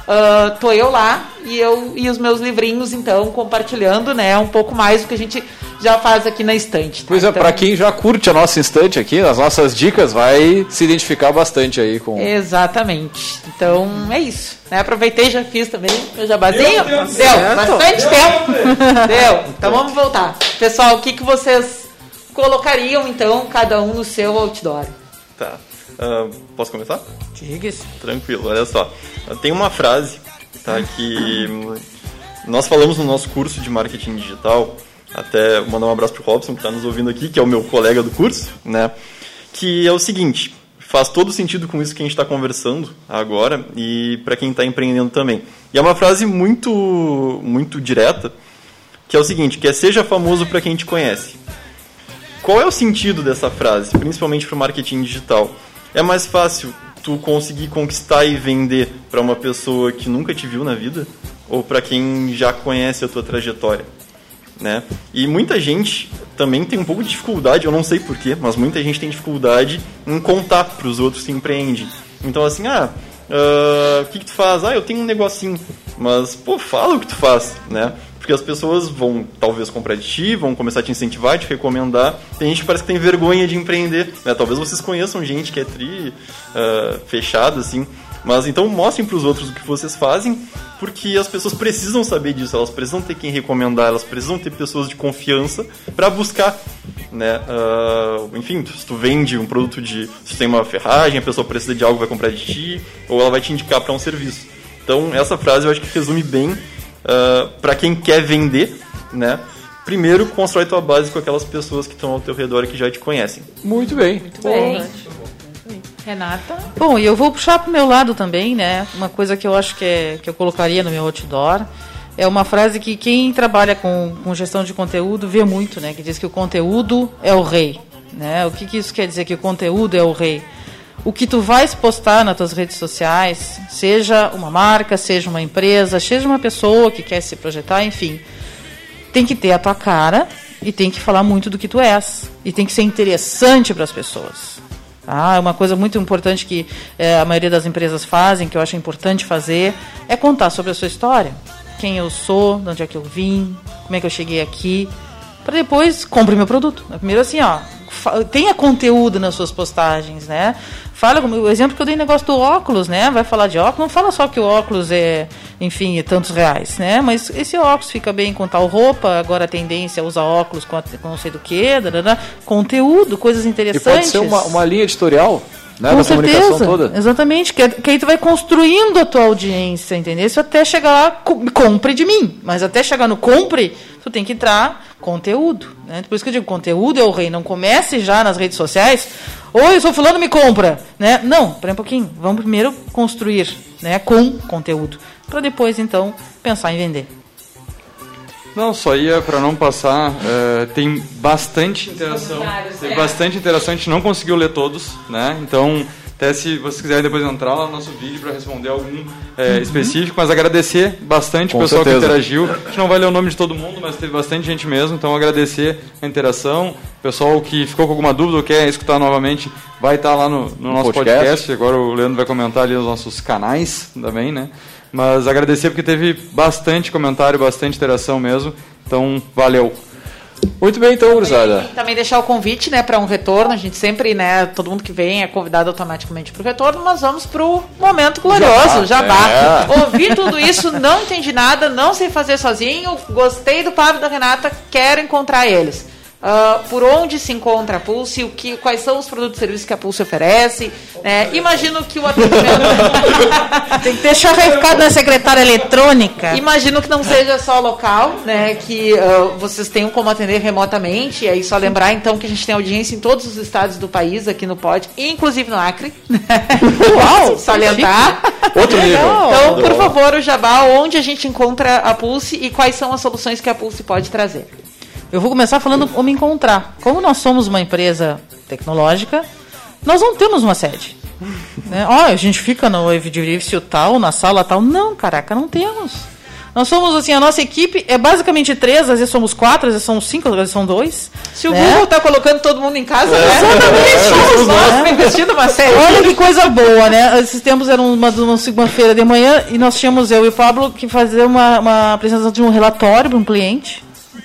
Tô eu lá e os meus livrinhos, então, compartilhando, né, um pouco mais do que a gente já faz aqui na estante. Tá? Pois é, então, para quem já curte a nossa estante aqui, as nossas dicas, vai se identificar bastante aí com... Exatamente. Então, é isso. Né? Aproveitei e já fiz também meu jabazinho. Deu bastante tempo. Deu. Então, vamos voltar. Pessoal, o que vocês colocariam, então, cada um no seu outdoor? Tá. Posso começar? Diga-se. Tranquilo, olha só. Tem uma frase, tá, que nós falamos no nosso curso de marketing digital, até mandar um abraço pro Robson, que está nos ouvindo aqui, que é o meu colega do curso, né, que é o seguinte, faz todo sentido com isso que a gente está conversando agora e para quem está empreendendo também. E é uma frase muito, muito direta, que é o seguinte, que é: seja famoso para quem te conhece. Qual é o sentido dessa frase, principalmente para o marketing digital? É mais fácil tu conseguir conquistar e vender para uma pessoa que nunca te viu na vida ou para quem já conhece a tua trajetória, né? E muita gente também tem um pouco de dificuldade, eu não sei porquê, mas muita gente tem dificuldade em contar para os outros que empreendem. Então assim, o que tu faz? Eu tenho um negocinho. Mas, fala o que tu faz, né? Porque as pessoas vão, talvez, comprar de ti, vão começar a te incentivar, te recomendar. Tem gente que parece que tem vergonha de empreender, né? Talvez vocês conheçam gente que é fechada, assim. Mas, então, mostrem para os outros o que vocês fazem, porque as pessoas precisam saber disso, elas precisam ter quem recomendar, elas precisam ter pessoas de confiança para buscar, né? Enfim, se tu vende um produto se tu tem uma ferragem, a pessoa precisa de algo, vai comprar de ti, ou ela vai te indicar para um serviço. Então, essa frase eu acho que resume bem para quem quer vender, né? primeiro constrói tua base com aquelas pessoas que estão ao teu redor e que já te conhecem. Muito bem. Muito bem. Renata? Bom, e eu vou puxar para o meu lado também, né? Uma coisa que eu acho que eu colocaria no meu outdoor é uma frase que quem trabalha com gestão de conteúdo vê muito, né? Que diz que o conteúdo é o rei, né? O que isso quer dizer? Que o conteúdo é o rei. O que tu vais postar nas tuas redes sociais, seja uma marca, seja uma empresa, seja uma pessoa que quer se projetar, enfim, tem que ter a tua cara e tem que falar muito do que tu és. E tem que ser interessante para as pessoas. Ah, uma coisa muito importante que a maioria das empresas fazem, que eu acho importante fazer, é contar sobre a sua história. Quem eu sou, de onde é que eu vim, como é que eu cheguei aqui, para depois compre meu produto. Primeiro assim, tenha conteúdo nas suas postagens, né? Fala, o exemplo que eu dei no negócio do óculos, né? Vai falar de óculos, não fala só que o óculos é, enfim, tantos reais, né? Mas esse óculos fica bem com tal roupa, agora a tendência é usar óculos com não sei do que, conteúdo, coisas interessantes. E pode ser uma linha editorial, né? Com da certeza, comunicação toda. Exatamente, que aí tu vai construindo a tua audiência, entendeu? Isso até chegar lá, compre de mim, mas até chegar no compre, tu tem que entrar conteúdo, né? Por isso que eu digo, conteúdo é o rei, não comece já nas redes sociais, oi, eu sou fulano, me compra, né? Não, espera um pouquinho, vamos primeiro construir, né, com conteúdo, para depois, então, pensar em vender. Não, só ia para não passar, tem bastante interação, a gente não conseguiu ler todos, né? Então, até se vocês quiserem depois entrar lá no nosso vídeo para responder algum específico, mas agradecer bastante o pessoal que interagiu. A gente não vai ler o nome de todo mundo, mas teve bastante gente mesmo, então agradecer a interação. O pessoal que ficou com alguma dúvida ou quer escutar novamente, vai estar lá no nosso podcast. Agora o Leandro vai comentar ali os nossos canais também, né? Mas agradecer porque teve bastante comentário, bastante interação mesmo. Então, valeu. Muito bem, então, gurizada. Também deixar o convite, né, para um retorno. A gente sempre, né, todo mundo que vem é convidado automaticamente para o retorno, mas vamos para o momento glorioso, Jabá. Ouvi tudo isso, não entendi nada, não sei fazer sozinho, gostei do Pablo e da Renata, quero encontrar eles. Por onde se encontra a Pulse, quais são os produtos e serviços que a Pulse oferece, né? Imagino que o atendimento... Tem que deixar recado na secretária eletrônica. Imagino que não seja só local, né? Que vocês tenham como atender remotamente, e aí só lembrar então que a gente tem audiência em todos os estados do país, aqui no Pod, inclusive no Acre. Uau! Salientar. Outro nível. Então, por favor, o Jabá, onde a gente encontra a Pulse e quais são as soluções que a Pulse pode trazer. Eu vou começar falando o Me Encontrar. Como nós somos uma empresa tecnológica, nós não temos uma sede. Né? A gente fica no edifício tal, na sala tal. Não, caraca, não temos. Nós somos, assim, a nossa equipe é basicamente 3, às vezes somos 4, às vezes somos 5, às vezes são 2. Se o Google está colocando todo mundo em casa, né? Exatamente, somos nós investindo uma série. Olha que coisa boa, né? Esses tempos era uma segunda-feira de manhã e nós tínhamos, eu e o Pablo, que fazer uma apresentação de um relatório para um cliente.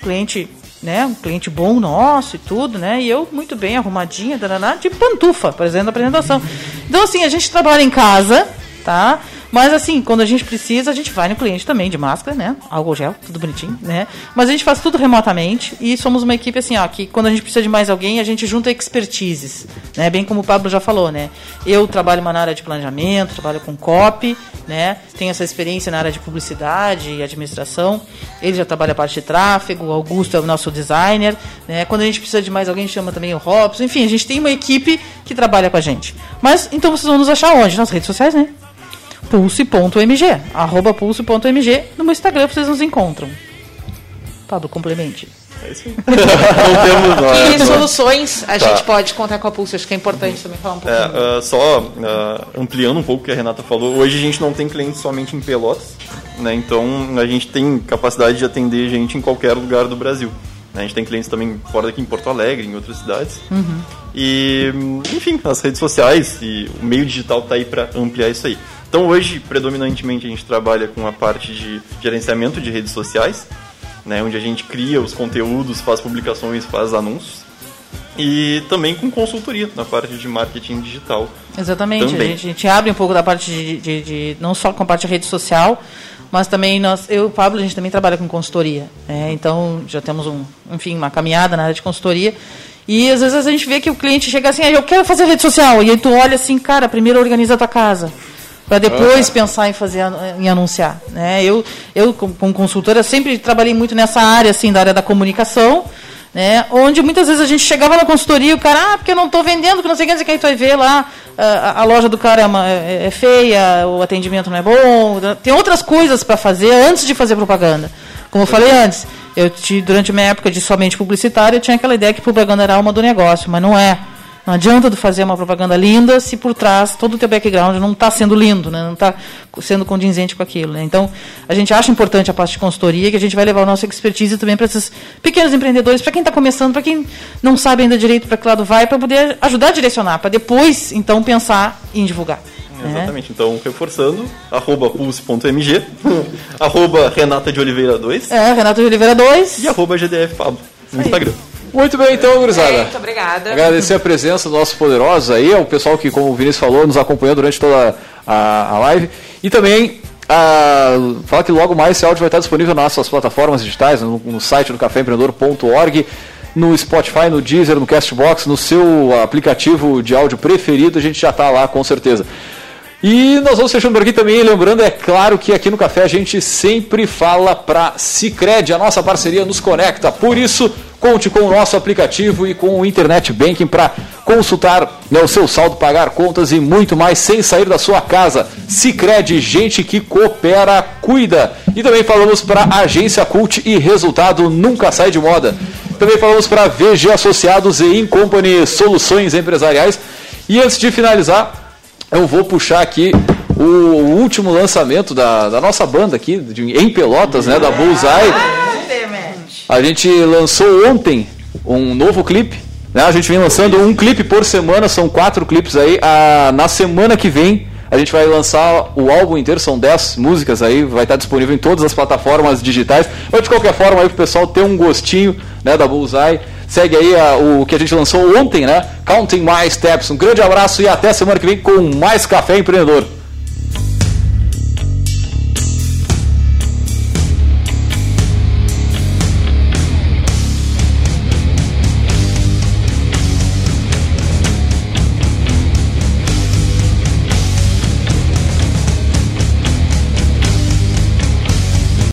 Né, um cliente bom nosso e tudo, né, e eu muito bem arrumadinha, de pantufa, apresentando a apresentação. Então, assim, a gente trabalha em casa, tá? Mas, assim, quando a gente precisa, a gente vai no cliente também, de máscara, né, álcool gel, tudo bonitinho, né, mas a gente faz tudo remotamente e somos uma equipe, assim, que quando a gente precisa de mais alguém, a gente junta expertises, né, bem como o Pablo já falou, né, eu trabalho na área de planejamento, trabalho com copy, né, tenho essa experiência na área de publicidade e administração, ele já trabalha a parte de tráfego, o Augusto é o nosso designer, né, quando a gente precisa de mais alguém, a gente chama também o Robson, enfim, a gente tem uma equipe que trabalha com a gente. Mas, então, vocês vão nos achar onde? Nas redes sociais, né? Pulse.mg, @pulse.mg, no meu Instagram vocês nos encontram. Pablo, complemente. É isso aí. Que soluções a gente pode contar com a Pulse? Acho que é importante também falar um pouquinho. Só ampliando um pouco o que a Renata falou, hoje a gente não tem clientes somente em Pelotas, né? Então a gente tem capacidade de atender gente em qualquer lugar do Brasil. A gente tem clientes também fora daqui em Porto Alegre, em outras cidades. Uhum. E, enfim, as redes sociais e o meio digital está aí para ampliar isso aí. Então hoje, predominantemente, a gente trabalha com a parte de gerenciamento de redes sociais, né, onde a gente cria os conteúdos, faz publicações, faz anúncios. E também com consultoria na parte de marketing digital. Exatamente, a gente abre um pouco da parte de não só com a parte de rede social, mas também eu e o Pablo, a gente também trabalha com consultoria. Então já temos uma caminhada na área de consultoria. E às vezes a gente vê que o cliente chega assim, eu quero fazer rede social. E aí tu olha assim, cara, primeiro organiza a tua casa. para depois pensar em em anunciar, né? Eu como consultora sempre trabalhei muito nessa área, assim, da área da comunicação, né? Onde muitas vezes a gente chegava na consultoria e o cara, porque eu não estou vendendo, porque não sei o que, aí tu vai ver lá, a loja do cara é feia, o atendimento não é bom, tem outras coisas para fazer antes de fazer propaganda. Como eu falei antes, durante a minha época de somente publicitário, eu tinha aquela ideia que propaganda era a alma do negócio, mas não é. Não adianta tu fazer uma propaganda linda se por trás todo o teu background não está sendo lindo, né? Não está sendo condizente com aquilo, né? Então, a gente acha importante a parte de consultoria, que a gente vai levar o nosso expertise também para esses pequenos empreendedores, para quem está começando, para quem não sabe ainda direito para que lado vai, para poder ajudar a direcionar, para depois, então, pensar em divulgar. Exatamente, então reforçando, @pulse.mg, @Renata de Oliveira 2. Renata de Oliveira 2. E @GDF Pablo no Instagram. Muito bem, então, gurizada. Muito obrigada. Agradecer a presença dos nossos poderosos aí, o pessoal que, como o Vinícius falou, nos acompanhou durante toda a live. E também falar que logo mais esse áudio vai estar disponível nas nossas plataformas digitais, no site do caféempreendedor.org, no Spotify, no Deezer, no Castbox, no seu aplicativo de áudio preferido, a gente já está lá com certeza. E nós vamos fechando por aqui também, lembrando, é claro que aqui no Café a gente sempre fala para Sicredi, a nossa parceria nos conecta, por isso conte com o nosso aplicativo e com o Internet Banking para consultar, né, o seu saldo, pagar contas e muito mais sem sair da sua casa. Sicredi, gente que coopera, cuida. E também falamos para a Agência Cult e resultado nunca sai de moda. Também falamos para VG Associados e Incompany Soluções Empresariais. E antes de finalizar, eu vou puxar aqui o último lançamento da nossa banda aqui, em Pelotas, né, da Bullseye. A gente lançou ontem um novo clipe, né? A gente vem lançando um clipe por semana, são 4 clipes aí. Na semana que vem a gente vai lançar o álbum inteiro, são 10 músicas aí, vai estar disponível em todas as plataformas digitais. Mas de qualquer forma aí pro pessoal ter um gostinho, né, da Bullseye. Segue aí o que a gente lançou ontem, né? Counting My Steps. Um grande abraço e até semana que vem com mais Café Empreendedor.